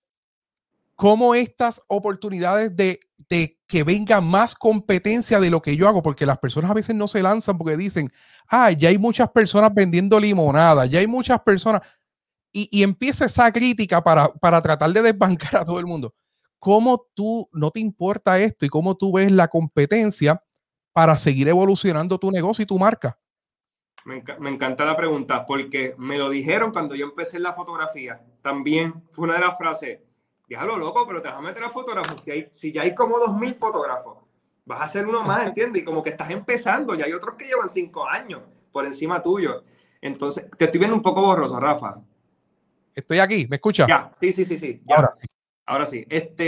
estas oportunidades de que venga más competencia de lo que yo hago? Porque las personas a veces no se lanzan porque dicen, ya hay muchas personas vendiendo limonada, ya hay muchas personas, y empieza esa crítica para tratar de desbancar a todo el mundo. ¿Cómo tú no te importa esto y cómo tú ves la competencia para seguir evolucionando tu negocio y tu marca? Me encanta la pregunta porque me lo dijeron cuando yo empecé en la fotografía. También fue una de las frases, déjalo loco, pero te vas a meter a fotógrafos. Si ya hay como 2000 fotógrafos, vas a hacer uno más, ¿entiendes? Y como que estás empezando, ya hay otros que llevan 5 años por encima tuyo. Entonces, te estoy viendo un poco borroso, Rafa. Estoy aquí, ¿me escuchas? Ya, sí, ya. Ahora sí.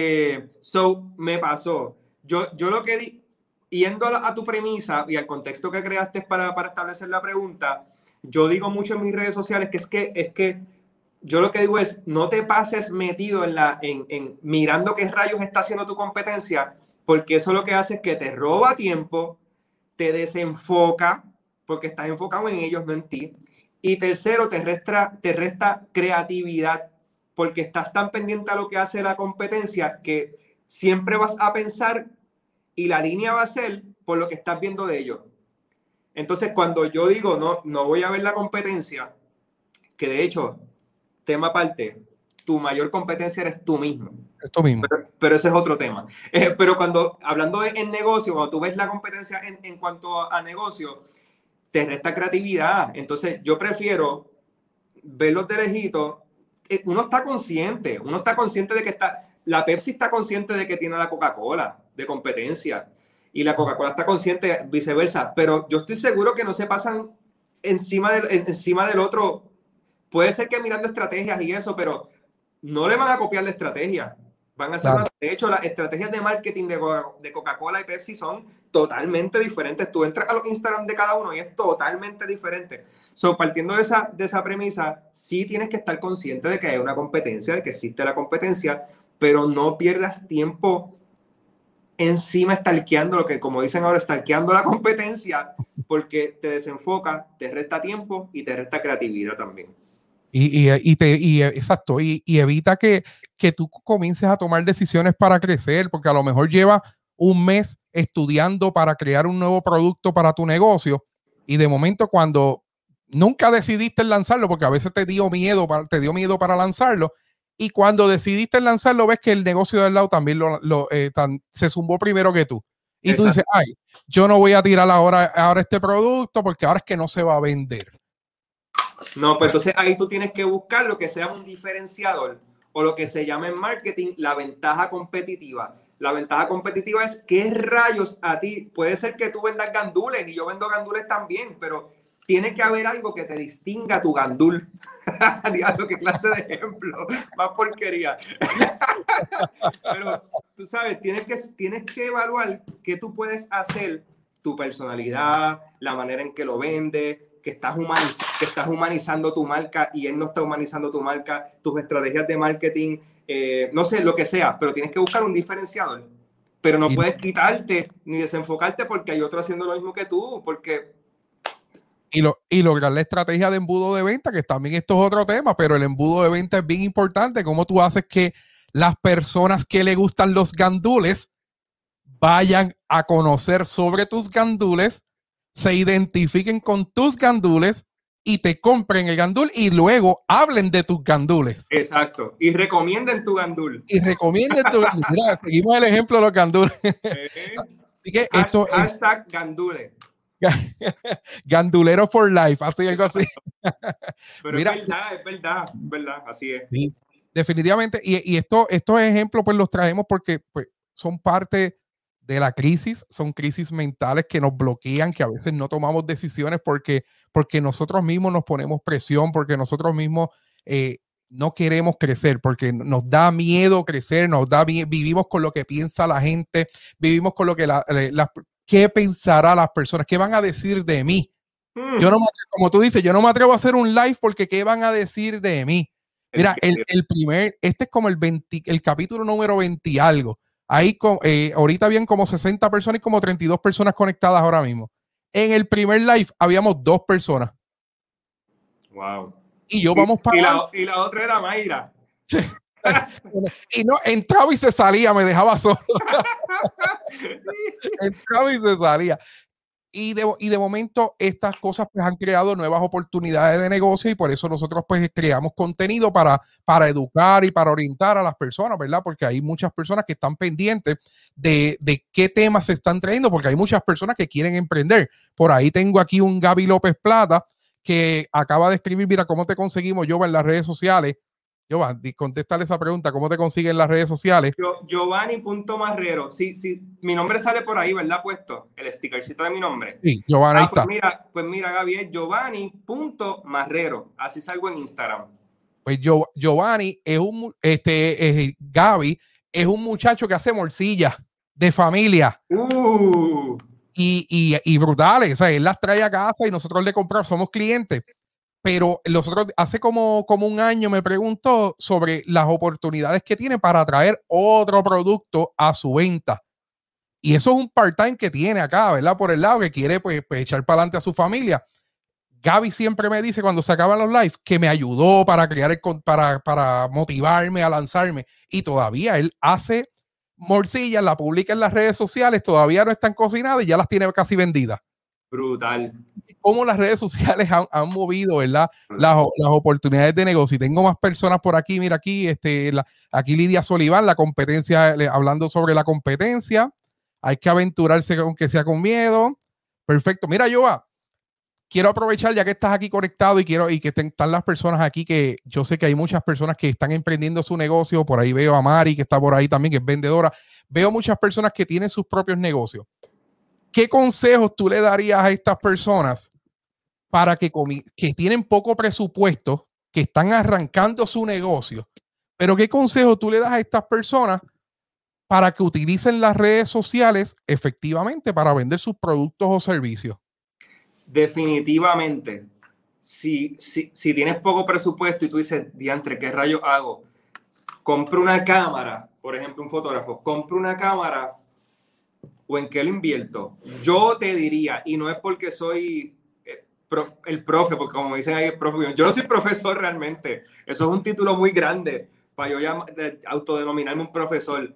Me pasó. Yo lo que di, yendo a tu premisa y al contexto que creaste para establecer la pregunta, yo digo mucho en mis redes sociales que es que yo lo que digo es, no te pases metido en mirando qué rayos está haciendo tu competencia, porque eso lo que hace es que te roba tiempo, te desenfoca, porque estás enfocado en ellos, no en ti. Y tercero, te resta creatividad, porque estás tan pendiente a lo que hace la competencia que siempre vas a pensar y la línea va a ser por lo que estás viendo de ellos. Entonces, cuando yo digo, no voy a ver la competencia, que de hecho, tema aparte, tu mayor competencia eres tú mismo. Esto mismo. Pero ese es otro tema. Pero hablando en negocio, cuando tú ves la competencia en cuanto a negocio, te resta creatividad. Entonces, yo prefiero verlos de lejitos. Uno está consciente de que la Pepsi está consciente de que tiene la Coca-Cola de competencia y la Coca-Cola está consciente viceversa, pero yo estoy seguro que no se pasan encima del otro. Puede ser que mirando estrategias y eso, pero no le van a copiar la estrategia. Van a hacer de hecho, las estrategias de marketing de Coca-Cola y Pepsi son totalmente diferentes. Tú entras a los Instagram de cada uno y es totalmente diferente. Partiendo de esa premisa, sí tienes que estar consciente de que hay una competencia, de que existe la competencia, pero no pierdas tiempo encima stalkeando, lo que como dicen ahora, stalkeando la competencia, porque te desenfoca, te resta tiempo y te resta creatividad también. Exacto, y evita que tú comiences a tomar decisiones para crecer, porque a lo mejor llevas un mes estudiando para crear un nuevo producto para tu negocio y de momento cuando nunca decidiste lanzarlo, porque a veces te dio miedo para lanzarlo, y cuando decidiste lanzarlo ves que el negocio del lado también se zumbó primero que tú. Y Exacto. Tú dices, yo no voy a tirar ahora este producto porque ahora es que no se va a vender. No, pues entonces ahí tú tienes que buscar lo que sea un diferenciador o lo que se llama en marketing la ventaja competitiva. La ventaja competitiva es qué rayos a ti, puede ser que tú vendas gandules y yo vendo gandules también, pero tiene que haber algo que te distinga tu gandul. Diablo, qué clase de ejemplo, más porquería. Pero tú sabes, tienes que evaluar qué tú puedes hacer, tu personalidad, la manera en que lo vendes, que estás humanizando tu marca y él no está humanizando tu marca, tus estrategias de marketing, no sé, lo que sea, pero tienes que buscar un diferenciador. Pero no puedes quitarte ni desenfocarte porque hay otro haciendo lo mismo que tú, porque... Y lograr la estrategia de embudo de venta, que también esto es otro tema, pero el embudo de venta es bien importante. Cómo tú haces que las personas que le gustan los gandules vayan a conocer sobre tus gandules, se identifiquen con tus gandules y te compren el gandul y luego hablen de tus gandules. Exacto. Y recomienden tu gandul. Mira, seguimos el ejemplo de los gandules. Así que hashtag gandule. Gandulero for life, así algo así. Pero mira, es verdad, así es. Sí, definitivamente. Y estos ejemplos pues los traemos porque pues, son parte de la crisis, son crisis mentales que nos bloquean, que a veces no tomamos decisiones porque nosotros mismos nos ponemos presión, porque nosotros mismos no queremos crecer, porque nos da miedo crecer, vivimos con lo que piensa la gente, vivimos con lo que ¿qué pensará las personas? ¿Qué van a decir de mí? Yo no me atrevo, como tú dices, yo no me atrevo a hacer un live porque ¿qué van a decir de mí? Mira, este es como el capítulo número 20 y algo. Ahorita habían como 60 personas y como 32 personas conectadas ahora mismo. En el primer live habíamos 2 personas. Wow. Y yo vamos para... Y la otra era Mayra. Y no, entraba y se salía, me dejaba solo. Entraba y se salía. Y de momento estas cosas pues han creado nuevas oportunidades de negocio y por eso nosotros pues creamos contenido para educar y para orientar a las personas, ¿verdad? Porque hay muchas personas que están pendientes de qué temas se están trayendo, porque hay muchas personas que quieren emprender. Por ahí tengo aquí un Gaby López Plata que acaba de escribir, mira, ¿cómo te conseguimos, Jova, en las redes sociales? Jova, contéstale esa pregunta, ¿cómo te consiguen en las redes sociales? Giovanni.Marrero. Sí, mi nombre sale por ahí, ¿verdad? Puesto el stickercito de mi nombre. Sí, Giovanni, ahí está. Pues mira, Gaby, es Giovanni.Marrero. Así salgo en Instagram. Pues Giovanni es Gaby es un muchacho que hace morcillas de familia. Y brutales. O sea, él las trae a casa y nosotros le compramos, somos clientes. Pero nosotros hace como un año me preguntó sobre las oportunidades que tiene para atraer otro producto a su venta. Y eso es un part-time que tiene acá, ¿verdad? Por el lado que quiere pues echar para adelante a su familia. Gaby siempre me dice cuando se acaban los lives que me ayudó para crear para motivarme a lanzarme. Y todavía él hace morcillas, la publica en las redes sociales, todavía no están cocinadas y ya las tiene casi vendidas. Brutal. Cómo las redes sociales han movido, ¿verdad? Las oportunidades de negocio. Y tengo más personas por aquí. Mira aquí, aquí Lidia Soliván, la competencia, hablando sobre la competencia. Hay que aventurarse aunque sea con miedo. Perfecto. Mira, Jova, quiero aprovechar ya que estás aquí conectado y que están las personas aquí, que yo sé que hay muchas personas que están emprendiendo su negocio. Por ahí veo a Mari, que está por ahí también, que es vendedora. Veo muchas personas que tienen sus propios negocios. ¿Qué consejos tú le darías a estas personas para que tienen poco presupuesto, que están arrancando su negocio? Pero ¿qué consejo tú le das a estas personas para que utilicen las redes sociales efectivamente para vender sus productos o servicios? Definitivamente, si tienes poco presupuesto y tú dices, diantre, ¿qué rayos hago? Compro una cámara, por ejemplo, un fotógrafo, compro una cámara, ¿o en qué lo invierto? Yo te diría, y no es porque soy el profe, porque como dicen ahí el profe, yo no soy profesor realmente, eso es un título muy grande para yo autodenominarme un profesor,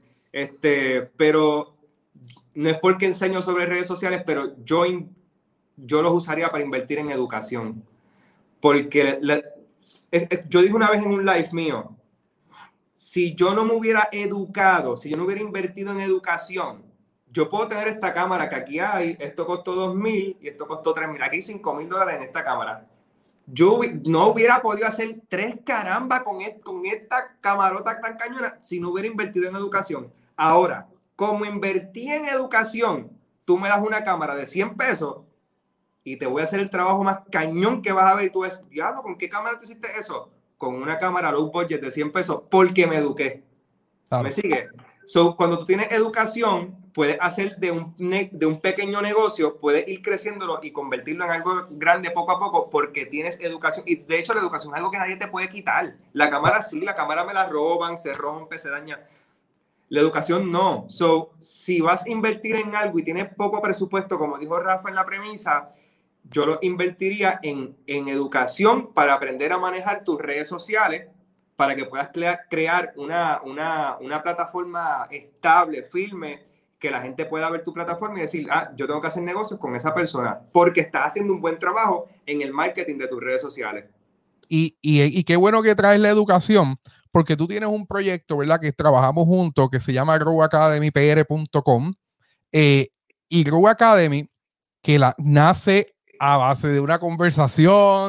pero no es porque enseño sobre redes sociales, pero yo los usaría para invertir en educación, porque yo dije una vez en un live mío, si yo no me hubiera educado, si yo no hubiera invertido en educación, yo puedo tener esta cámara que aquí hay, esto costó $2,000 y esto costó $3,000, aquí $5,000 en esta cámara. Yo no hubiera podido hacer 3 caramba con esta camarota tan cañona si no hubiera invertido en educación. Ahora, como invertí en educación, tú me das una cámara de $100 y te voy a hacer el trabajo más cañón que vas a ver y tú ves, diablo, ¿con qué cámara tú hiciste eso? Con una cámara low budget de $100 porque me eduqué. Claro. ¿Me sigue? So, cuando tú tienes educación, puedes hacer de un pequeño negocio, puedes ir creciéndolo y convertirlo en algo grande poco a poco porque tienes educación. Y de hecho la educación es algo que nadie te puede quitar. La cámara sí, la cámara me la roban, se rompe, se daña. La educación no. So, si vas a invertir en algo y tienes poco presupuesto, como dijo Rafa en la premisa, yo lo invertiría en educación para aprender a manejar tus redes sociales, para que puedas crear una plataforma estable, firme, que la gente pueda ver tu plataforma y decir, yo tengo que hacer negocios con esa persona, porque estás haciendo un buen trabajo en el marketing de tus redes sociales. Y qué bueno que traes la educación, porque tú tienes un proyecto, ¿verdad? Que trabajamos juntos, que se llama growacademypr.com, y Grow Academy, que nace a base de una conversación,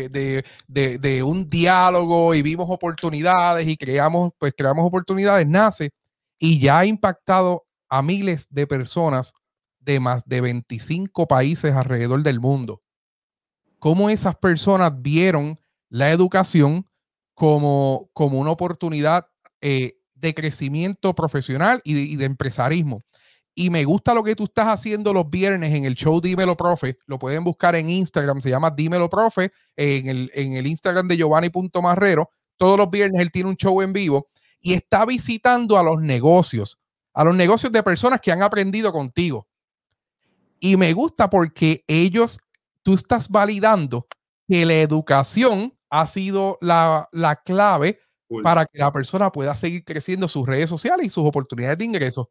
de un diálogo, y vimos oportunidades y creamos oportunidades, nace y ya ha impactado a miles de personas de más de 25 países alrededor del mundo. Cómo esas personas vieron la educación como una oportunidad de crecimiento profesional y de empresarismo. Y me gusta lo que tú estás haciendo los viernes en el show Dímelo Profe. Lo pueden buscar en Instagram, se llama Dímelo Profe, en el Instagram de Giovanni.Marrero. Todos los viernes él tiene un show en vivo y está visitando a los negocios, a los negocios de personas que han aprendido contigo. Y me gusta porque tú estás validando que la educación ha sido la clave para que la persona pueda seguir creciendo sus redes sociales y sus oportunidades de ingresos.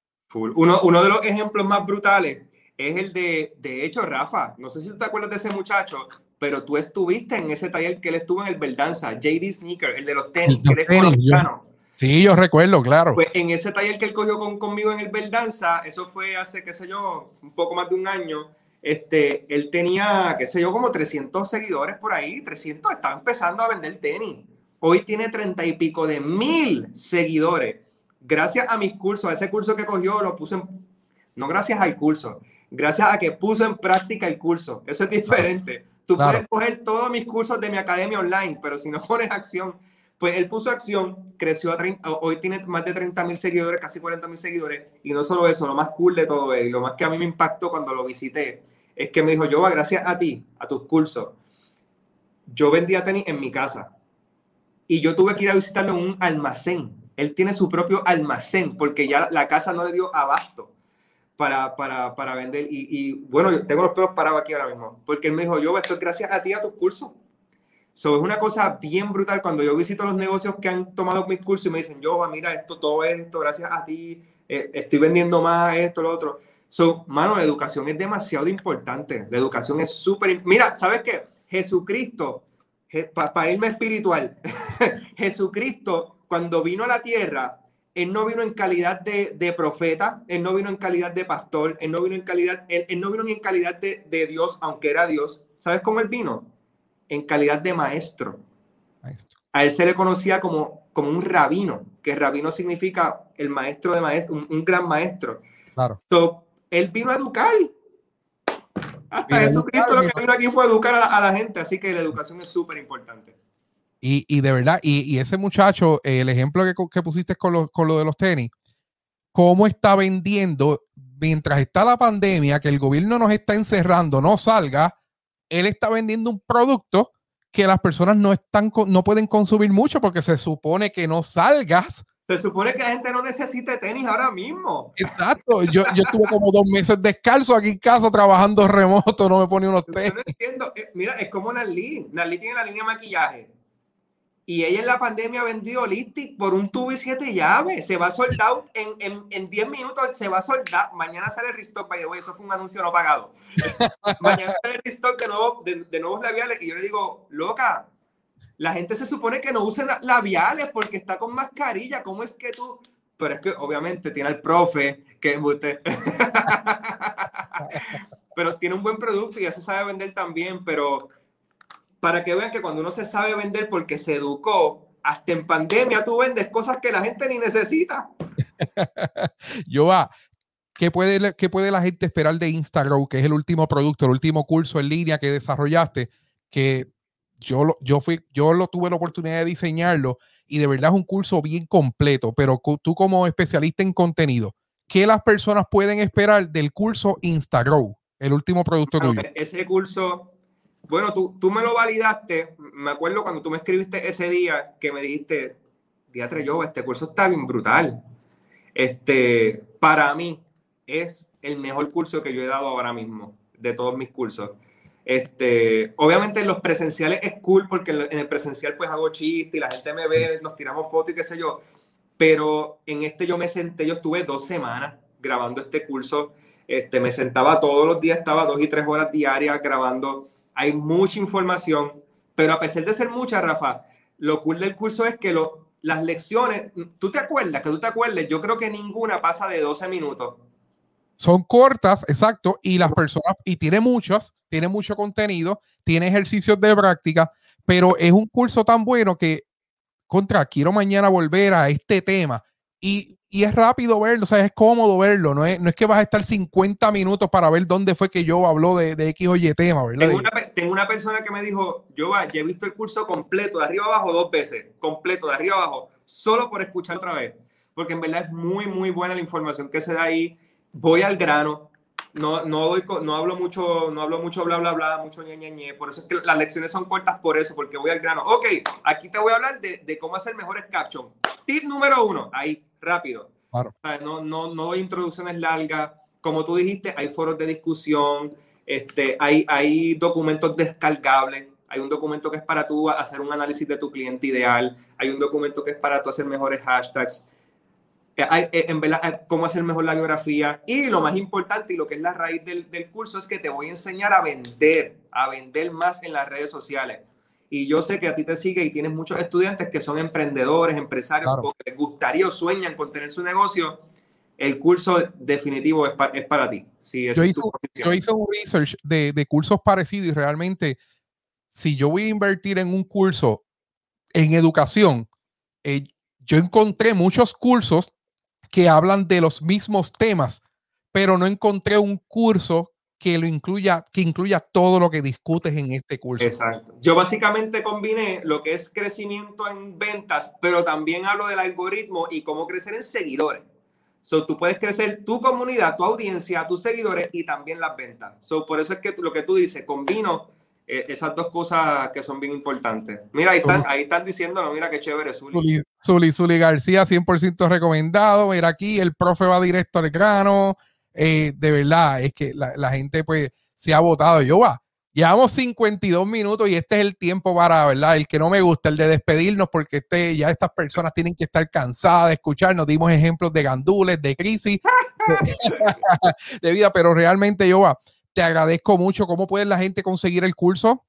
Uno de los ejemplos más brutales es el de hecho, Rafa, no sé si te acuerdas de ese muchacho, pero tú estuviste en ese taller que él estuvo en el Verdanza, JD Sneaker, el de los tenis, que eres colombiano. Sí, yo recuerdo, claro. Pues en ese taller que él cogió conmigo en el Verdanza, eso fue hace, qué sé yo, un poco más de un año, él tenía, qué sé yo, como 300 seguidores por ahí, 300, estaba empezando a vender tenis. Hoy tiene 30 y pico de 1000 seguidores. Gracias a mis cursos, a ese curso que cogió, lo puse no gracias al curso, gracias a que puso en práctica el curso. Eso es diferente. Tú puedes coger todos mis cursos de mi academia online, pero si no pones acción, pues él puso acción, creció hoy tiene más de 30,000 seguidores, casi 40,000 seguidores, y no solo eso, lo más cool de todo y lo más que a mí me impactó cuando lo visité, es que me dijo, Yoba, gracias a ti, a tus cursos, yo vendía tenis en mi casa, y yo tuve que ir a visitarlo en un almacén. Él tiene su propio almacén, porque ya la casa no le dio abasto para vender, y bueno, yo tengo los pelos parados aquí ahora mismo, porque él me dijo, Yoba, esto es gracias a ti, a tus cursos. So, es una cosa bien brutal cuando yo visito los negocios que han tomado mis cursos y me dicen, yo, mira, todo esto, gracias a ti, estoy vendiendo más, esto, lo otro. So, mano, la educación es demasiado importante. La educación es súper... Mira, ¿sabes qué? Jesucristo, para irme espiritual, Jesucristo, cuando vino a la tierra, él no vino en calidad de profeta, él no vino en calidad de pastor, él no vino en calidad, él no vino ni en calidad de Dios, aunque era Dios. ¿Sabes cómo él vino? En calidad de maestro. A él se le conocía como un rabino, que rabino significa el maestro de maestro, un gran maestro. Claro. So, él vino a educar. Hasta Jesucristo lo que vino aquí fue educar a la gente, así que la educación es súper importante. Y de verdad, y ese muchacho, el ejemplo que pusiste con lo de los tenis, cómo está vendiendo, mientras está la pandemia, que el gobierno nos está encerrando, no salga, él está vendiendo un producto que las personas no pueden consumir mucho porque se supone que no salgas. Se supone que la gente no necesite tenis ahora mismo. Exacto. Yo estuve como 2 meses descalzo aquí en casa trabajando remoto, no me ponía unos tenis. Yo no entiendo. Mira, es como Narly. Narly tiene la línea de maquillaje. Y ella en la pandemia vendió lipstick por un tubo y 7 llaves. Se va a sold out en 10 minutos. Se va a sold out. Mañana sale el restock, by the way. Eso fue un anuncio no pagado. Mañana sale el restock de nuevos labiales. Y yo le digo, loca, la gente se supone que no usen labiales porque está con mascarilla. ¿Cómo es que tú...? Pero es que obviamente tiene al profe que usted... pero tiene un buen producto y ya se sabe vender también, pero... para que vean que cuando uno se sabe vender porque se educó, hasta en pandemia tú vendes cosas que la gente ni necesita. ¿Qué puede la gente esperar de Instagrow, que es el último producto, el último curso en línea que desarrollaste? Que yo tuve la oportunidad de diseñarlo y de verdad es un curso bien completo, pero tú como especialista en contenido, ¿qué las personas pueden esperar del curso Instagrow, el último producto tuyo? Ese curso... Bueno, tú me lo validaste. Me acuerdo cuando tú me escribiste ese día que me dijiste, diatre, yo, este curso está bien brutal. Para mí es el mejor curso que yo he dado ahora mismo, de todos mis cursos. Obviamente en los presenciales es cool porque en el presencial pues hago chistes y la gente me ve, nos tiramos fotos y qué sé yo. Pero en yo estuve 2 semanas grabando este curso. Me sentaba todos los días, estaba 2 y 3 horas diarias grabando. Hay mucha información, pero a pesar de ser mucha, Rafa, lo cool del curso es que las lecciones, tú te acuerdas, yo creo que ninguna pasa de 12 minutos. Son cortas, exacto, y las personas, y tiene mucho contenido, tiene ejercicios de práctica, pero es un curso tan bueno que, quiero mañana volver a este tema, y es rápido verlo, o sea, es cómodo verlo, no es que vas a estar 50 minutos para ver dónde fue que yo habló de X o Y tema, ¿verdad? Tengo una persona que me dijo, yo he visto el curso completo, de arriba abajo 2 veces, completo, de arriba abajo, solo por escuchar otra vez, porque en verdad es muy, muy buena la información que se da ahí. Voy al grano, no hablo mucho, bla, bla, bla, mucho ñe. Por eso es que las lecciones son cortas por eso, porque voy al grano. Ok, aquí te voy a hablar de cómo hacer mejores captions. Tip número 1, ahí, rápido. Claro. O sea, no doy introducciones largas. Como tú dijiste, hay foros de discusión, hay documentos descargables. Hay un documento que es para tú hacer un análisis de tu cliente ideal. Hay un documento que es para tú hacer mejores hashtags. En verdad, cómo hacer mejor la biografía. Y lo más importante y lo que es la raíz del curso es que te voy a enseñar a vender más en las redes sociales. Y yo sé que a ti te sigue y tienes muchos estudiantes que son emprendedores, empresarios, Claro. o que les gustaría o sueñan con tener su negocio. El curso definitivo es para ti. Sí, Yo hice un research de cursos parecidos y realmente, si yo voy a invertir en un curso en educación, yo encontré muchos cursos que hablan de los mismos temas, pero no encontré un curso que incluya todo lo que discutes en este curso. Exacto. Yo básicamente combiné lo que es crecimiento en ventas, pero también hablo del algoritmo y cómo crecer en seguidores. So, tú puedes crecer tu comunidad, tu audiencia, tus seguidores y también las ventas. So, por eso es que lo que tú dices, combino esas dos cosas que son bien importantes. Mira, ahí están diciéndolo, mira qué chévere, Zuli García, 100% recomendado. Mira aquí, el profe va directo al grano. De verdad, es que la gente pues se ha votado. Llevamos 52 minutos y este es el tiempo para, ¿verdad? El que no me gusta, el de despedirnos, porque ya estas personas tienen que estar cansadas de escuchar. Nos dimos ejemplos de gandules, de crisis, de vida, pero realmente, te agradezco mucho. ¿Cómo puede la gente conseguir el curso?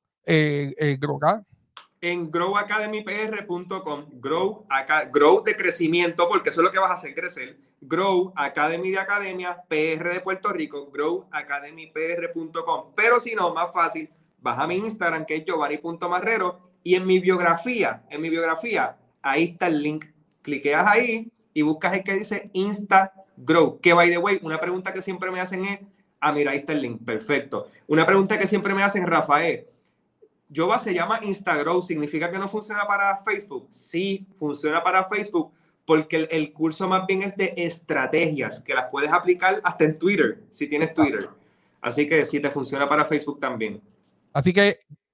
En growacademypr.com, grow de crecimiento, porque eso es lo que vas a hacer crecer. Grow Academy de Academia, PR de Puerto Rico, growacademypr.com. Pero si no, más fácil, vas a mi Instagram, que es giovanni.marrero, y en mi biografía, ahí está el link. Cliqueas ahí y buscas el que dice Insta Grow, que by the way, una pregunta que siempre me hacen es, mira, ahí está el link, perfecto. Una pregunta que siempre me hacen, Rafael, se llama Instagrow, ¿significa que no funciona para Facebook? Sí, funciona para Facebook, porque el curso más bien es de estrategias, que las puedes aplicar hasta en Twitter, si tienes Twitter. Así que sí te funciona para Facebook también. Así que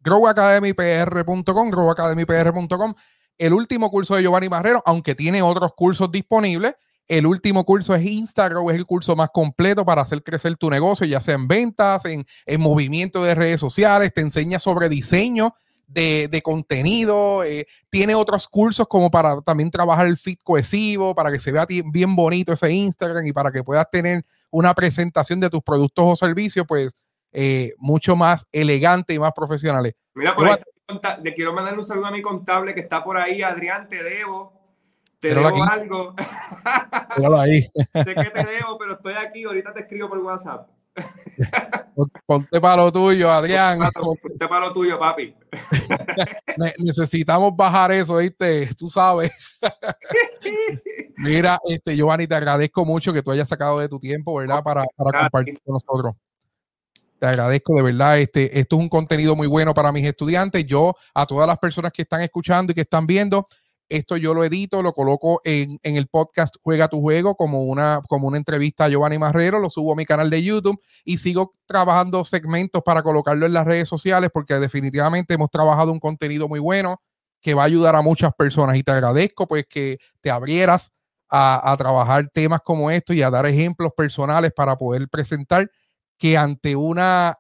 growacademypr.com, el último curso de Giovanni Marrero, aunque tiene otros cursos disponibles, el último curso es Instagram, es el curso más completo para hacer crecer tu negocio, ya sea en ventas, en movimiento de redes sociales, te enseña sobre diseño de contenido, tiene otros cursos como para también trabajar el feed cohesivo, para que se vea bien bonito ese Instagram y para que puedas tener una presentación de tus productos o servicios, pues mucho más elegante y más profesionales. Mira, por ahí le quiero mandar un saludo a mi contable que está por ahí, Adrián, te debo algo. Ahí. Sé que te debo, pero estoy aquí, ahorita te escribo por WhatsApp. Ponte para lo tuyo, Adrián. Ponte para lo tuyo, papi. Necesitamos bajar eso, ¿viste? Tú sabes. Mira, Giovanni, te agradezco mucho que tú hayas sacado de tu tiempo, ¿verdad? Para compartir con nosotros. Te agradezco, de verdad. Esto es un contenido muy bueno para mis estudiantes. A todas las personas que están escuchando y que están viendo, esto yo lo edito, lo coloco en el podcast Juega tu Juego como una entrevista a Giovanni Marrero, lo subo a mi canal de YouTube y sigo trabajando segmentos para colocarlo en las redes sociales porque definitivamente hemos trabajado un contenido muy bueno que va a ayudar a muchas personas y te agradezco pues que te abrieras a trabajar temas como esto y a dar ejemplos personales para poder presentar que ante un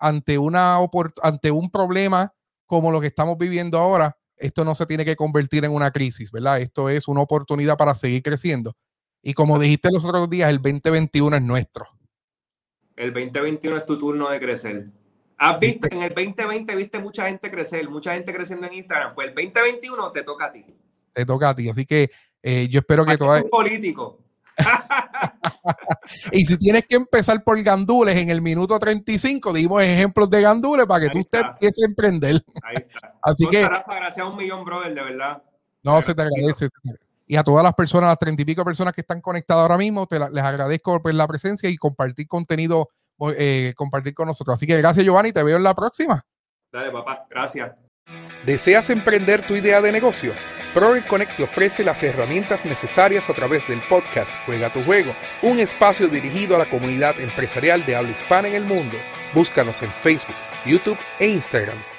problema como lo que estamos viviendo ahora, esto no se tiene que convertir en una crisis, ¿verdad? Esto es una oportunidad para seguir creciendo. Y como dijiste los otros días, el 2021 es nuestro. El 2021 es tu turno de crecer. ¿Has visto? En el 2020 viste mucha gente crecer, mucha gente creciendo en Instagram. Pues el 2021 te toca a ti. Te toca a ti. Así que yo espero que todo es político. Y si tienes que empezar por gandules en el minuto 35, dimos ejemplos de gandules para que tú te empieces a emprender. Ahí está. Así que gracias a 1 millón, brother, de verdad. No, se te agradece. Y a todas las personas, las 30 y pico personas que están conectadas ahora mismo, les agradezco pues, la presencia y compartir contenido, compartir con nosotros. Así que gracias, Giovanni, te veo en la próxima. Dale, papá, gracias. ¿Deseas emprender tu idea de negocio? Proel Connect te ofrece las herramientas necesarias a través del podcast Juega tu Juego, un espacio dirigido a la comunidad empresarial de habla hispana en el mundo. Búscanos en Facebook, YouTube e Instagram.